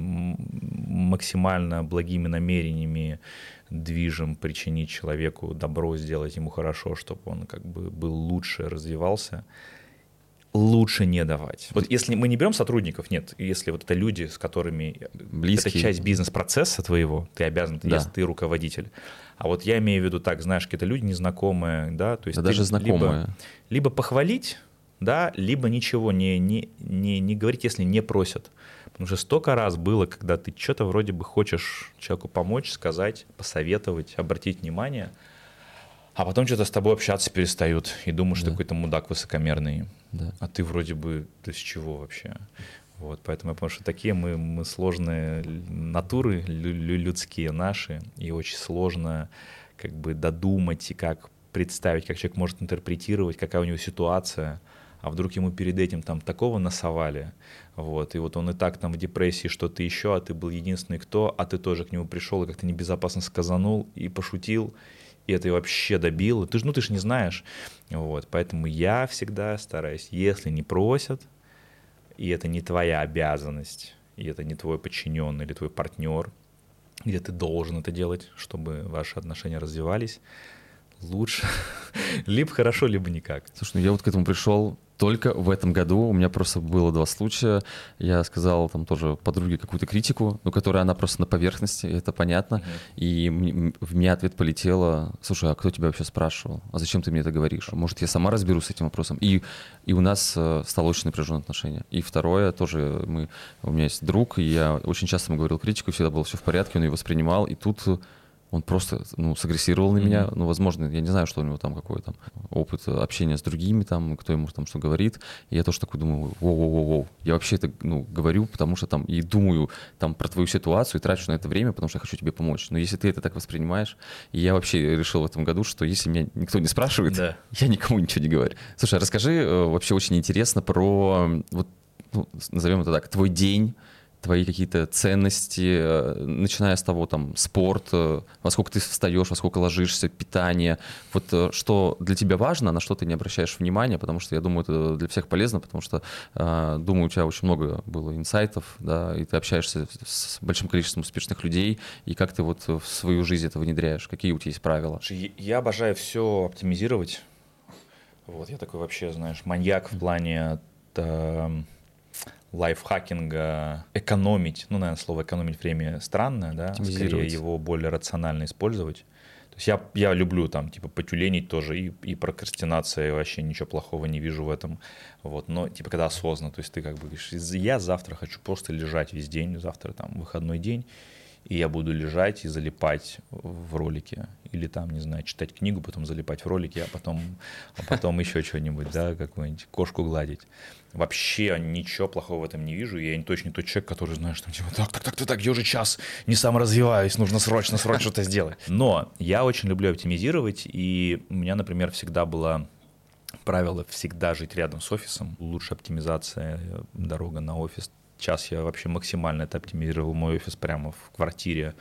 максимально благими намерениями движем причинить человеку добро, сделать ему хорошо, чтобы он как бы был лучше, развивался, лучше не давать. Вот если мы не берем сотрудников, нет, если вот это люди, с которыми близкие. Это часть бизнес-процесса твоего, ты обязан, да. Если ты руководитель. А вот я имею в виду так, знаешь, какие-то люди незнакомые, да, то есть да даже знакомые. Либо, либо похвалить, да, либо ничего не, не, не, не говорить, если не просят. Потому что столько раз было, когда ты что-то вроде бы хочешь человеку помочь, сказать, посоветовать, обратить внимание, а потом что-то с тобой общаться перестают и думаешь, да. Что ты какой-то мудак высокомерный. Да. А ты вроде бы, да с чего вообще? Вот, поэтому я понимаю, что такие мы, мы сложные натуры лю- людские наши, и очень сложно как бы додумать и как представить, как человек может интерпретировать, какая у него ситуация, а вдруг ему перед этим там такого насовали, вот, и вот он и так там в депрессии, что-то еще, а ты был единственный кто, а ты тоже к нему пришел и как-то небезопасно сказанул и пошутил, и это вообще добило. Ты же, ну ты же не знаешь. Вот. Поэтому я всегда стараюсь, если не просят, и это не твоя обязанность, и это не твой подчиненный или твой партнер, где ты должен это делать, чтобы ваши отношения развивались, лучше. Либо хорошо, либо никак. Слушай, ну я вот к этому пришел только в этом году. У меня просто было два случая. Я сказал там тоже подруге какую-то критику, ну, которая она просто на поверхности, это понятно. Uh-huh. И мне, в меня ответ полетело: слушай, а кто тебя вообще спрашивал? А зачем ты мне это говоришь? Может, я сама разберусь с этим вопросом? И, и у нас э, стало очень напряженное отношение. И второе, тоже мы, у меня есть друг, и я очень часто ему говорил критику, всегда было все в порядке, он ее воспринимал. И тут он просто, ну, сагрессировал на mm-hmm. меня, ну, возможно, я не знаю, что у него там, какой там опыт общения с другими, там, кто ему там что говорит, и я тоже такой думаю, воу-воу-воу, я вообще это, ну, говорю, потому что там, и думаю там про твою ситуацию, и трачу на это время, потому что я хочу тебе помочь, но если ты это так воспринимаешь, и я вообще решил в этом году, что если меня никто не спрашивает, да. я никому ничего не говорю. Слушай, а расскажи, вообще очень интересно про, вот, ну, назовем это так, твой день, твои какие-то ценности, начиная с того, там, спорт, во сколько ты встаешь, во сколько ложишься, питание. Вот что для тебя важно, на что ты не обращаешь внимания, потому что я думаю, это для всех полезно, потому что, думаю, у тебя очень много было инсайтов, да, и ты общаешься с большим количеством успешных людей, и как ты вот в свою жизнь это внедряешь? Какие у тебя есть правила? Я обожаю все оптимизировать. Вот, я такой вообще, знаешь, маньяк в плане лайфхакинга, экономить, ну, наверное, слово экономить время странное, да, скорее его более рационально использовать. То есть я, я люблю там, типа, потюленить тоже, и, и прокрастинация, вообще ничего плохого не вижу в этом, вот, но, типа, когда осознанно, то есть ты как бы говоришь, я завтра хочу просто лежать весь день, завтра там выходной день, и я буду лежать и залипать в ролике, или там, не знаю, читать книгу, потом залипать в ролике, а потом, а потом еще что-нибудь, да, какую-нибудь кошку гладить. Вообще ничего плохого в этом не вижу, я не точно не тот человек, который, знаешь, там типа, так, так, так, так, так, я уже час не саморазвиваюсь, нужно срочно, срочно что-то сделать. Но я очень люблю оптимизировать, и у меня, например, всегда было правило всегда жить рядом с офисом, лучше оптимизация, дорога на офис. Сейчас я вообще максимально это оптимизировал, мой офис прямо в квартире,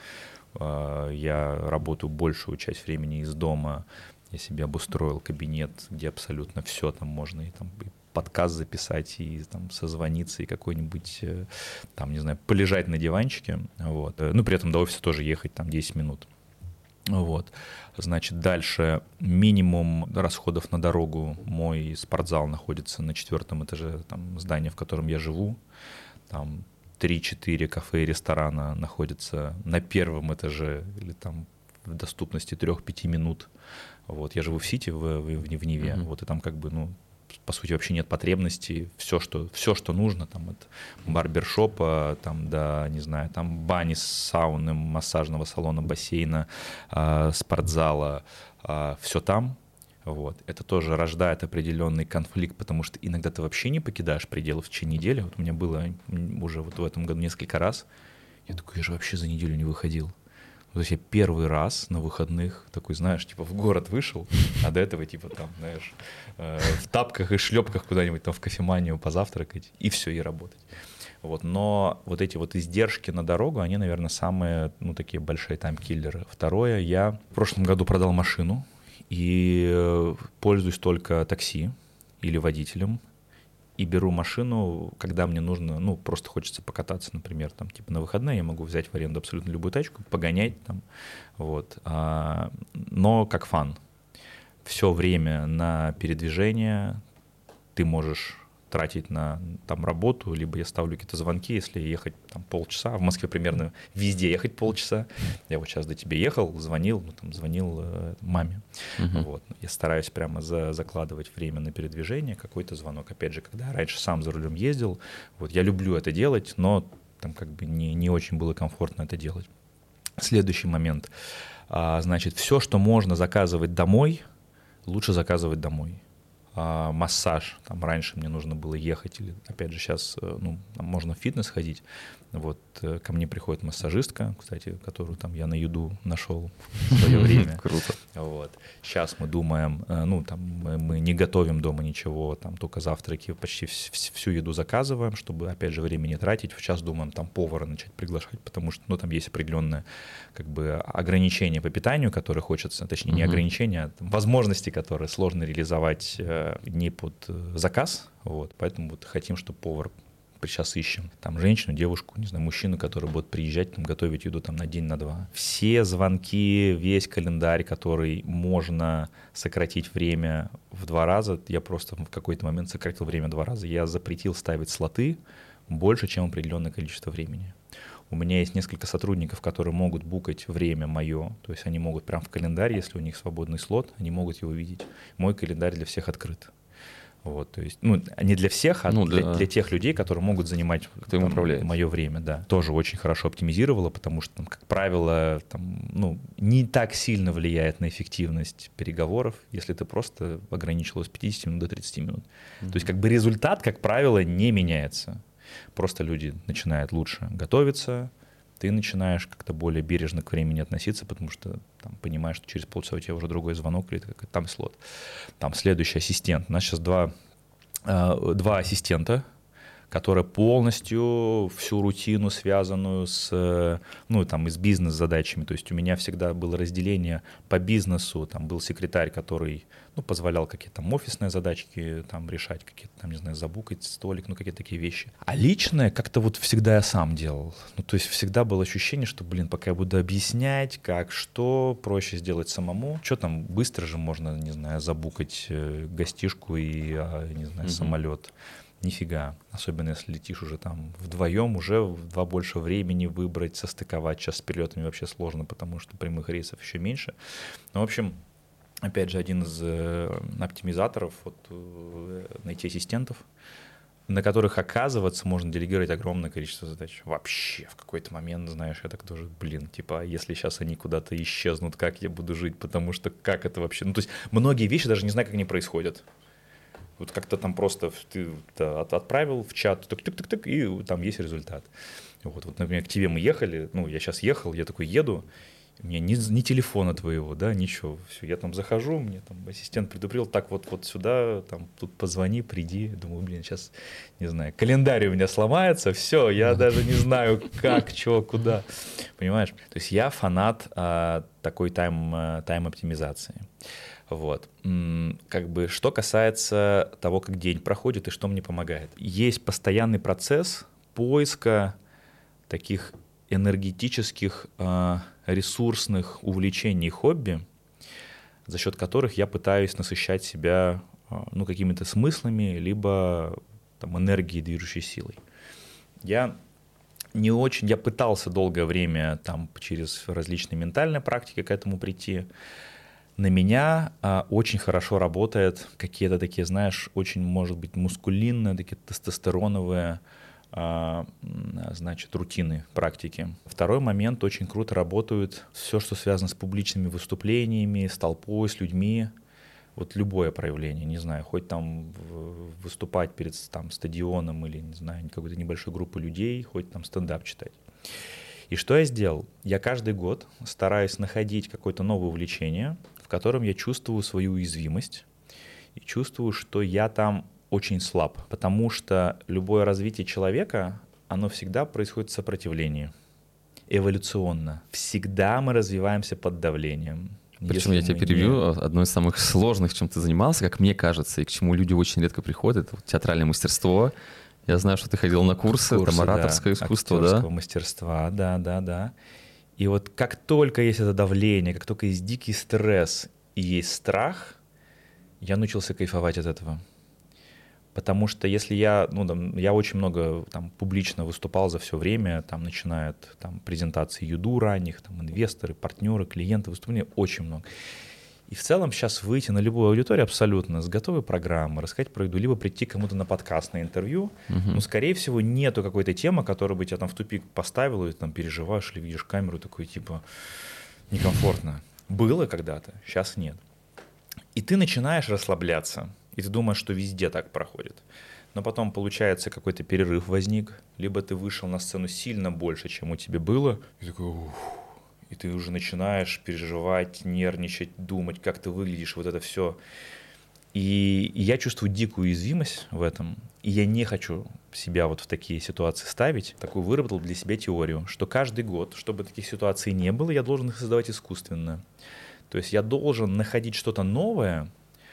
я работаю большую часть времени из дома, я себе обустроил кабинет, где абсолютно все там можно, и там и подкаст записать, и там созвониться, и какой-нибудь, там, не знаю, полежать на диванчике, вот. Ну, при этом до офиса тоже ехать там десять минут. Вот. Значит, дальше минимум расходов на дорогу. Мой спортзал находится на четвертом этаже там, здания, в котором я живу. Там три-четыре кафе и ресторана находятся на первом этаже или там в доступности трех-пяти минут. Вот. Я живу в Сити, в, в, в Неве, mm-hmm. вот, и там как бы, ну, по сути, вообще нет потребностей. Все, что, все, что нужно, там, от барбершопа, там, до, не знаю, там, бани, сауны, массажного салона, бассейна, э, спортзала, э, все там. Вот. Это тоже рождает определенный конфликт, потому что иногда ты вообще не покидаешь пределы в течение недели. Вот у меня было уже вот в этом году несколько раз. Я такой, я же вообще за неделю не выходил. То есть я первый раз на выходных такой, знаешь, типа в город вышел, а до этого типа там, знаешь, э, в тапках и шлепках куда-нибудь там в кофеманию позавтракать и все, и работать. Вот. Но вот эти вот издержки на дорогу, они, наверное, самые, ну, такие большие таймкиллеры. Второе, я в прошлом году продал машину и пользуюсь только такси или водителем. И беру машину, когда мне нужно, ну, просто хочется покататься, например, там, типа на выходные я могу взять в аренду абсолютно любую тачку, погонять там, вот, а, но как фан. Все время на передвижение ты можешь тратить на там работу, либо я ставлю какие-то звонки, если ехать там полчаса, в Москве примерно везде ехать полчаса, я вот сейчас до тебя ехал, звонил, ну, там, звонил э, маме, uh-huh. вот, я стараюсь прямо за, закладывать время на передвижение, какой-то звонок, опять же, когда я раньше сам за рулем ездил, вот, я люблю это делать, но там как бы не, не очень было комфортно это делать. Следующий момент, а, значит, все, что можно заказывать домой, лучше заказывать домой. А, массаж, там раньше мне нужно было ехать, или опять же сейчас, ну, можно в фитнес ходить, вот, ко мне приходит массажистка, кстати, которую там я на Юду нашел в свое время. Круто. Вот. Сейчас мы думаем, ну, там мы не готовим дома ничего, там только завтраки, почти всю еду заказываем, чтобы, опять же, время не тратить. Сейчас думаем там повара начать приглашать, потому что, ну, там есть определенное, как бы, ограничения по питанию, которые хочется, точнее, не ограничения, а там, возможности, которые сложно реализовать не под заказ, вот, поэтому вот хотим, чтобы повар, сейчас ищем там женщину, девушку, не знаю, мужчину, который будет приезжать, там, готовить еду там на день, на два. Все звонки, весь календарь, который можно сократить время в два раза, я просто в какой-то момент сократил время в два раза. Я запретил ставить слоты больше, чем определенное количество времени. У меня есть несколько сотрудников, которые могут букать время мое, то есть они могут прямо в календарь, если у них свободный слот, они могут его видеть. Мой календарь для всех открыт. Вот, то есть, ну, не для всех, а ну, для, да. для тех людей, которые могут занимать Кто им управляет. мое время, да. Тоже очень хорошо оптимизировала, потому что, там, как правило, там, ну, не так сильно влияет на эффективность переговоров, если ты просто ограничил с пятидесяти минут до тридцати минут. Mm-hmm. То есть, как бы результат, как правило, не меняется. Просто люди начинают лучше готовиться, ты начинаешь как-то более бережно к времени относиться, потому что там, понимаешь, что через полчаса у тебя уже другой звонок или там слот. Там следующий ассистент. У нас сейчас два, э, два ассистента, которые полностью всю рутину, связанную с, ну, там, с бизнес-задачами. То есть у меня всегда было разделение по бизнесу. Там был секретарь, который, ну, позволял какие-то там офисные задачки там решать, какие-то там, не знаю, забукать столик, ну, какие-то такие вещи. А личное как-то вот всегда я сам делал. Ну, то есть всегда было ощущение, что, блин, пока я буду объяснять, как, что, проще сделать самому. Что там, быстро же можно, не знаю, забукать гостишку и, не знаю, mm-hmm. самолет. Нифига. Особенно если летишь уже там вдвоем, уже в два больше времени выбрать, состыковать. Сейчас с перелетами вообще сложно, потому что прямых рейсов еще меньше. Ну, в общем, опять же, один из э, оптимизаторов, вот, э, найти ассистентов, на которых, оказывается, можно делегировать огромное количество задач. Вообще, в какой-то момент, знаешь, я так тоже, блин, типа, если сейчас они куда-то исчезнут, как я буду жить? Потому что как это вообще? Ну, то есть многие вещи даже не знаю, как они происходят. Вот как-то там просто ты да, отправил в чат, тык-тык-тык, и там есть результат. Вот, вот, например, к тебе мы ехали, ну, я сейчас ехал, я такой еду, у меня ни, ни телефона твоего, да, ничего. Все, я там захожу, мне там ассистент предупредил, так вот, вот сюда, там, тут позвони, приди. Думаю, блин, сейчас, не знаю, календарь у меня сломается, все, я даже не знаю, как, что, куда. Понимаешь? То есть я фанат а, такой тайм, тайм-оптимизации. Вот. Как бы, что касается того, как день проходит и что мне помогает. Есть постоянный процесс поиска таких энергетических, ресурсных увлечений и хобби, за счет которых я пытаюсь насыщать себя, ну, какими-то смыслами, либо там, энергией, движущей силой. Я не очень, я пытался долгое время там, через различные ментальные практики к этому прийти. На меня а, очень хорошо работают какие-то такие, знаешь, очень, может быть, мускулинные, такие тестостероновые, а, значит, рутины, практики. Второй момент, очень круто работают все, что связано с публичными выступлениями, с толпой, с людьми. Вот любое проявление, не знаю, хоть там выступать перед там, стадионом или, не знаю, какой-то небольшой группой людей, хоть там стендап читать. И что я сделал? Я каждый год стараюсь находить какое-то новое увлечение, в котором я чувствую свою уязвимость и чувствую, что я там очень слаб. Потому что любое развитие человека, оно всегда происходит в сопротивлении. Эволюционно. Всегда мы развиваемся под давлением. Причем я тебя перебью, не... одно из самых сложных, чем ты занимался, как мне кажется, и к чему люди очень редко приходят, это театральное мастерство. Я знаю, что ты ходил на курсы, курсы там ораторское да, искусство, да? мастерства, да, да, да. И вот как только есть это давление, как только есть дикий стресс и есть страх, я научился кайфовать от этого. Потому что если я, ну, там, я очень много там публично выступал за все время, там, начиная от там, презентаций юду ранних, там, инвесторы, партнеры, клиенты, выступления, очень много. И в целом сейчас выйти на любую аудиторию абсолютно с готовой программой, рассказать про еду, либо прийти к кому-то на подкаст, на интервью, uh-huh. ну, скорее всего, нету какой-то темы, которая бы тебя там в тупик поставила, и ты там переживаешь или видишь камеру, такой типа некомфортно. Было когда-то, сейчас нет. И ты начинаешь расслабляться, и ты думаешь, что везде так проходит. Но потом, получается, какой-то перерыв возник, либо ты вышел на сцену сильно больше, чем у тебя было, и такой ух. И ты уже начинаешь переживать, нервничать, думать, как ты выглядишь, вот это все. И, и я чувствую дикую уязвимость в этом, и я не хочу себя вот в такие ситуации ставить. Такую выработал для себя теорию, что каждый год, чтобы таких ситуаций не было, я должен их создавать искусственно. То есть я должен находить что-то новое,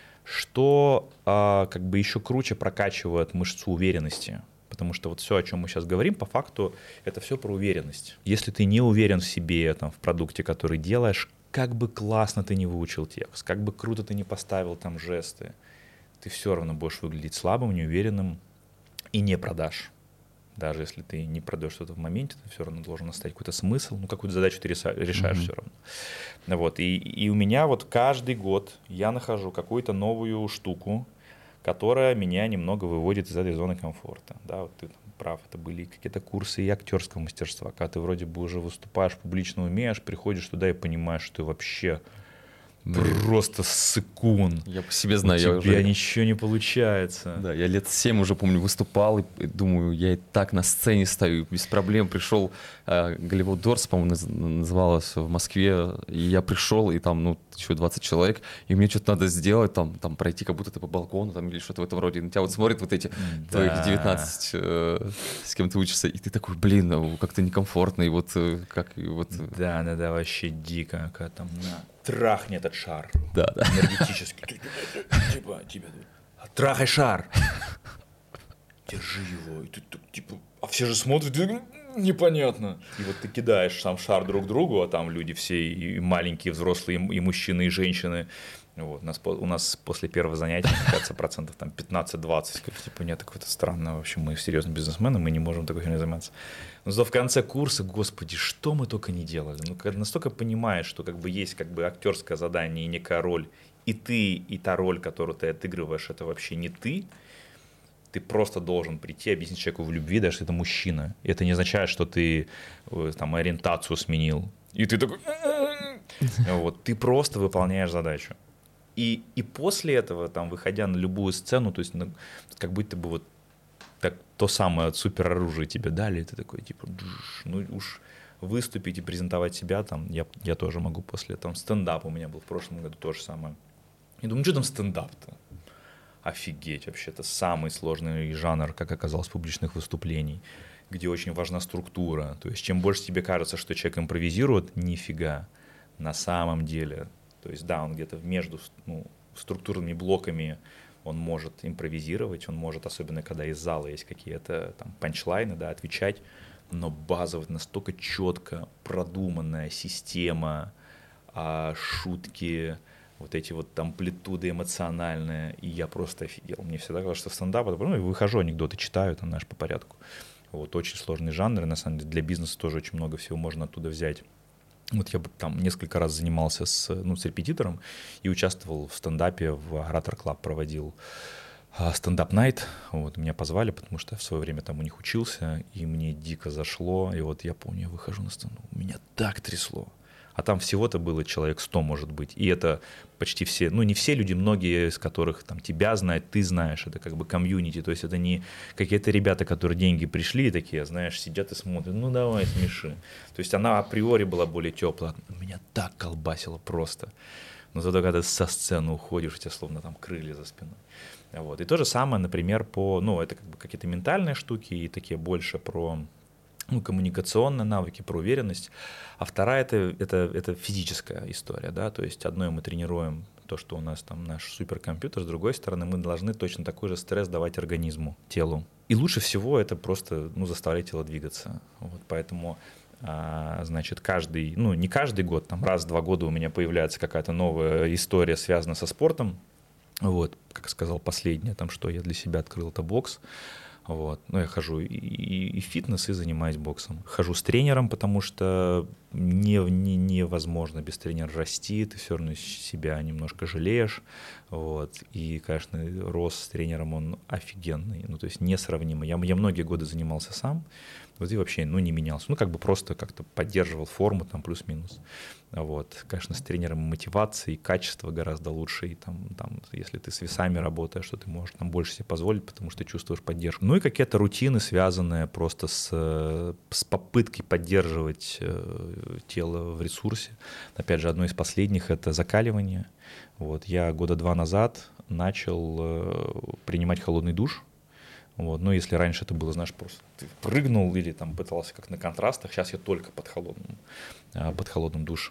что а, как бы еще круче прокачивает мышцу уверенности. Потому что вот все, о чем мы сейчас говорим, по факту это все про уверенность. Если ты не уверен в себе, там, в продукте, который делаешь, как бы классно ты не выучил текст, как бы круто ты не поставил там жесты, ты все равно будешь выглядеть слабым, неуверенным и не продашь. Даже если ты не продаешь что-то в моменте, ты все равно должен оставить какой-то смысл, ну какую-то задачу ты решаешь mm-hmm. все равно. Вот. И, и у меня вот каждый год я нахожу какую-то новую штуку, которая меня немного выводит из этой зоны комфорта. Да, вот ты прав, это были какие-то курсы и актерского мастерства, когда ты вроде бы уже выступаешь, публично умеешь, приходишь туда и понимаешь, что ты вообще просто ссыкун. Я по себе знаю. У тебя я уже... ничего не получается. Да, я лет семь уже, помню, выступал, и думаю, я и так на сцене стою, без проблем. Пришел э, Голливуд Дорс, по-моему, наз- называлось в Москве, и я пришел, и там, ну, еще двадцать человек, и мне что-то надо сделать, там, там пройти, как будто ты по балкону, там, или что-то в этом роде. И на тебя вот смотрят вот эти Да. твоих девятнадцать, э, с кем ты учишься, и ты такой, блин, ну, как-то некомфортно, и вот э, как, и вот... Да, да, да, вообще дико, как там, на, трахни этот шар. Да, да. Энергетически. Типа, тебе трахай шар. Держи его. И ты типа, а все же смотрят, непонятно. И вот ты кидаешь сам шар друг другу, а там люди все, и маленькие, и взрослые, и мужчины, и женщины. Вот, у, нас, у нас после первого занятия, мне кажется, процентов там пятнадцать-двадцать. Как, типа, нет, какое-то странное. В общем, мы серьезные бизнесмены, мы не можем такой херней заниматься. Но зато в конце курса, господи, что мы только не делали. Ну, когда настолько понимаешь, что как бы есть как бы актерское задание и некая роль, и ты, и та роль, которую ты отыгрываешь, это вообще не ты. Ты просто должен прийти, объяснить человеку в любви, даже если это мужчина. И это не означает, что ты там ориентацию сменил. И ты такой... Вот, ты просто выполняешь задачу. И, и после этого, там, выходя на любую сцену, то есть ну, как будто бы вот так, то самое супероружие тебе дали, и ты такой, типа, ну уж выступить и презентовать себя, там, я, я тоже могу после, там, стендап у меня был в прошлом году то же самое. И думаю, что там стендап-то? Офигеть, вообще, это самый сложный жанр, как оказалось, публичных выступлений, где очень важна структура. То есть чем больше тебе кажется, что человек импровизирует, нифига, на самом деле. То есть да, он где-то между ну, структурными блоками он может импровизировать, он может, особенно когда из зала есть какие-то там панчлайны, да, отвечать, но базово настолько четко продуманная система, а, шутки, вот эти вот амплитуды эмоциональные, и я просто офигел. Мне всегда казалось, что стендап, это, ну, выхожу, анекдоты читаю, там, знаешь, по порядку. Вот, очень сложный жанр, и на самом деле для бизнеса тоже очень много всего можно оттуда взять. Вот я там несколько раз занимался с, ну, с репетитором и участвовал в стендапе, в Оратор Клаб проводил стендап-найт. Вот, меня позвали, потому что я в свое время там у них учился, и мне дико зашло. И вот я помню, я выхожу на сцену, меня так трясло. А там всего-то было человек сто, может быть. И это почти все, ну не все люди, многие из которых там тебя знают, ты знаешь, это как бы комьюнити. То есть это не какие-то ребята, которые деньги пришли и такие, знаешь, сидят и смотрят, ну давай, смеши. То есть она априори была более теплая. Меня так колбасило просто. Но зато когда ты со сцены уходишь, у тебя словно там крылья за спиной. Вот. И то же самое, например, по, ну это как бы какие-то ментальные штуки и такие больше про... ну, коммуникационные навыки, про уверенность, а вторая это, это, это физическая история, да, то есть одной мы тренируем то, что у нас там наш суперкомпьютер, с другой стороны мы должны точно такой же стресс давать организму, телу. И лучше всего это просто, ну, заставлять тело двигаться, вот, поэтому, а, значит, каждый, ну, не каждый год, там раз в два года у меня появляется какая-то новая история, связанная со спортом, вот, как сказал последнее, там, что я для себя открыл, это бокс. Вот. Ну, я хожу и, и, и в фитнес, и занимаюсь боксом. Хожу с тренером, потому что не, не, невозможно без тренера расти, ты все равно себя немножко жалеешь. Вот. И, конечно, рост с тренером, он офигенный, ну, то есть несравнимый. Я, я многие годы занимался сам, вот и вообще, ну, не менялся. Ну, как бы просто как-то поддерживал форму, там, плюс-минус. Вот. Конечно, с тренером мотивации и качество гораздо лучше. И там, там, если ты с весами работаешь, что ты можешь там больше себе позволить, потому что чувствуешь поддержку. Ну и какие-то рутины, связанные просто с, с попыткой поддерживать э, тело в ресурсе. Опять же, одно из последних — это закаливание. Вот. Я года два назад начал э, принимать холодный душ. Вот. Ну, если раньше это было, знаешь, просто ты прыгнул или там пытался как на контрастах, сейчас я только под холодным, под холодным душем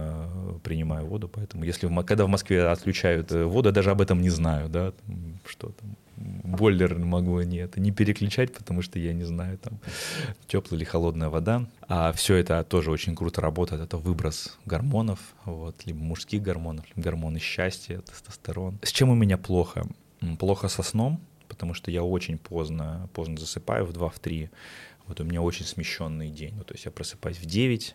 принимаю воду, поэтому если в, когда в Москве отключают воду, я даже об этом не знаю, да, там, что там, бойлер могу не, это, не переключать, потому что я не знаю, там, теплая или холодная вода, а все это тоже очень круто работает, это выброс гормонов, вот, либо мужских гормонов, либо гормоны счастья, тестостерон. С чем у меня плохо? Плохо со сном, потому что я очень поздно, поздно засыпаю, в два, в три. Вот у меня очень смещенный день. Ну, то есть я просыпаюсь в девять,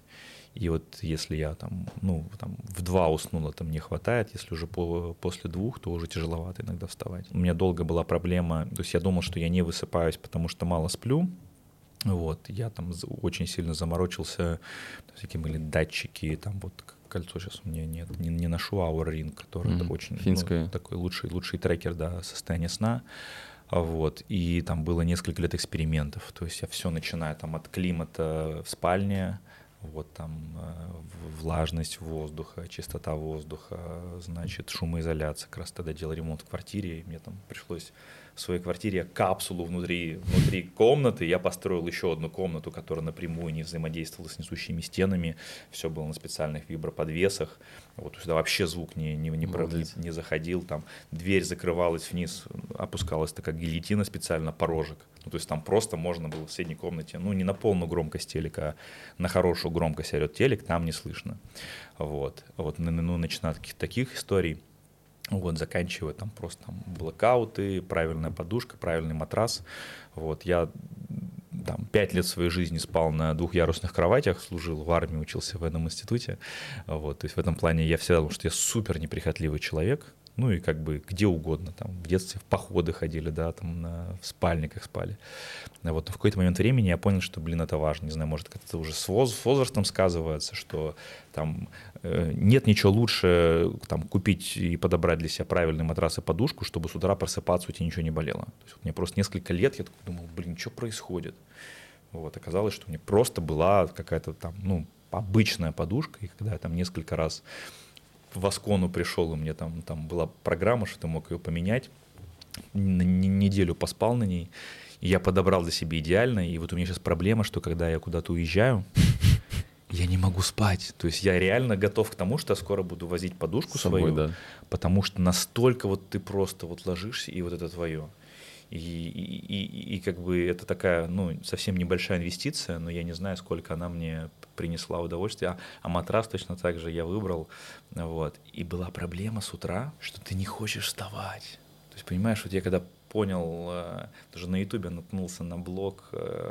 И вот если я там, ну, там в два усну, это мне хватает, если уже по, после двух, то уже тяжеловато иногда вставать. У меня долго была проблема, то есть я думал, что я не высыпаюсь, потому что мало сплю. Вот, я там очень сильно заморочился, всякие были датчики, там вот кольцо сейчас у меня нет, не, не ношу Oura Ring, который mm-hmm. очень ну, такой лучший, лучший трекер, да, состояния сна. Вот, и там было несколько лет экспериментов, то есть я все начинаю там от климата в спальне, вот там влажность воздуха, чистота воздуха, значит, шумоизоляция. Как раз тогда делал ремонт в квартире, и мне там пришлось в своей квартире капсулу внутри, внутри комнаты. Я построил еще одну комнату, которая напрямую не взаимодействовала с несущими стенами. Все было на специальных виброподвесах. Вот сюда вообще звук не, не, не, не, не заходил. Там дверь закрывалась вниз, опускалась такая гильотина специально, порожек. Ну, то есть там просто можно было в соседней комнате, ну, не на полную громкость телека, а на хорошую громкость орет телек, там не слышно. Вот, вот ну, начиная от таких, таких историй, вот, заканчивая там просто там блэкауты, правильная подушка, правильный матрас. Вот, я там пять лет своей жизни спал на двухъярусных кроватях, служил в армии, учился в военном институте. Вот, то есть в этом плане я всегда думал, что я супер неприхотливый человек. Ну и как бы где угодно, там в детстве в походы ходили, да, там на, в спальниках спали. Вот, но в какой-то момент времени я понял, что, блин, это важно, не знаю, может, это уже с возрастом сказывается, что там э, нет ничего лучше там купить и подобрать для себя правильный матрас и подушку, чтобы с утра просыпаться, у тебя ничего не болело. То есть вот мне просто несколько лет я такой думал, блин, что происходит? Вот, оказалось, что у меня просто была какая-то там, ну, обычная подушка, и когда я там несколько раз в Аскону пришел, и мне там, там была программа, что ты мог ее поменять. На неделю поспал на ней, и я подобрал для себя идеально. И вот у меня сейчас проблема, что когда я куда-то уезжаю, я не могу спать. То есть я реально готов к тому, что я скоро буду возить подушку с собой, свою, да. Потому что настолько вот ты просто вот ложишься, и вот это твое. И, и, и, и как бы это такая, ну, совсем небольшая инвестиция, но я не знаю, сколько она мне принесла удовольствие. А, а матрас точно так же я выбрал. Вот. И была проблема с утра, что ты не хочешь вставать. То есть, понимаешь, вот я когда понял, даже на Ютубе наткнулся на блог,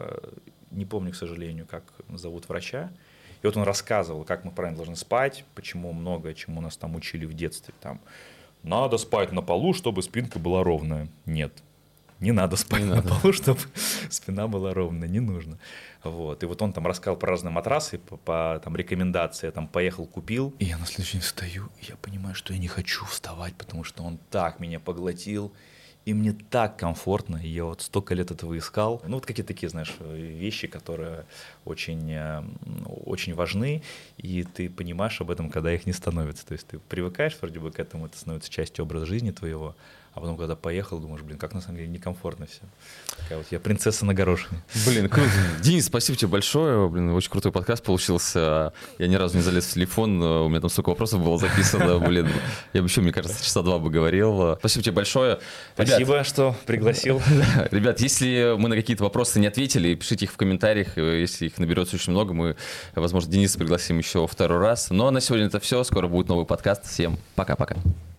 не помню, к сожалению, как зовут врача, и вот он рассказывал, как мы правильно должны спать, почему многое, чему нас там учили в детстве. Там, надо спать на полу, чтобы спинка была ровная. Нет. Не надо спать не на надо. полу, чтобы спина была ровная, не нужно. Вот. И вот он там рассказал про разные матрасы, по, по там, рекомендации, я там поехал, купил. И я на следующий день встаю, и я понимаю, что я не хочу вставать, потому что он так меня поглотил, и мне так комфортно, и я вот столько лет этого искал. Ну вот какие-то такие, знаешь, вещи, которые очень, очень важны, и ты понимаешь об этом, когда их не становится. То есть ты привыкаешь вроде бы к этому, это становится частью образа жизни твоего, а потом, когда поехал, думаешь, блин, как на самом деле некомфортно все. Такая вот я принцесса на горошине. Блин, круто. Денис, спасибо тебе большое. Блин, очень крутой подкаст получился. Я ни разу не залез в телефон, у меня там столько вопросов было записано. Блин, я бы еще, мне кажется, часа два бы говорил. Спасибо тебе большое. Спасибо, ребят, что пригласил. Ребят, если мы на какие-то вопросы не ответили, пишите их в комментариях. Если их наберется очень много, мы, возможно, Дениса пригласим еще второй раз. Ну а на сегодня это все. Скоро будет новый подкаст. Всем пока-пока.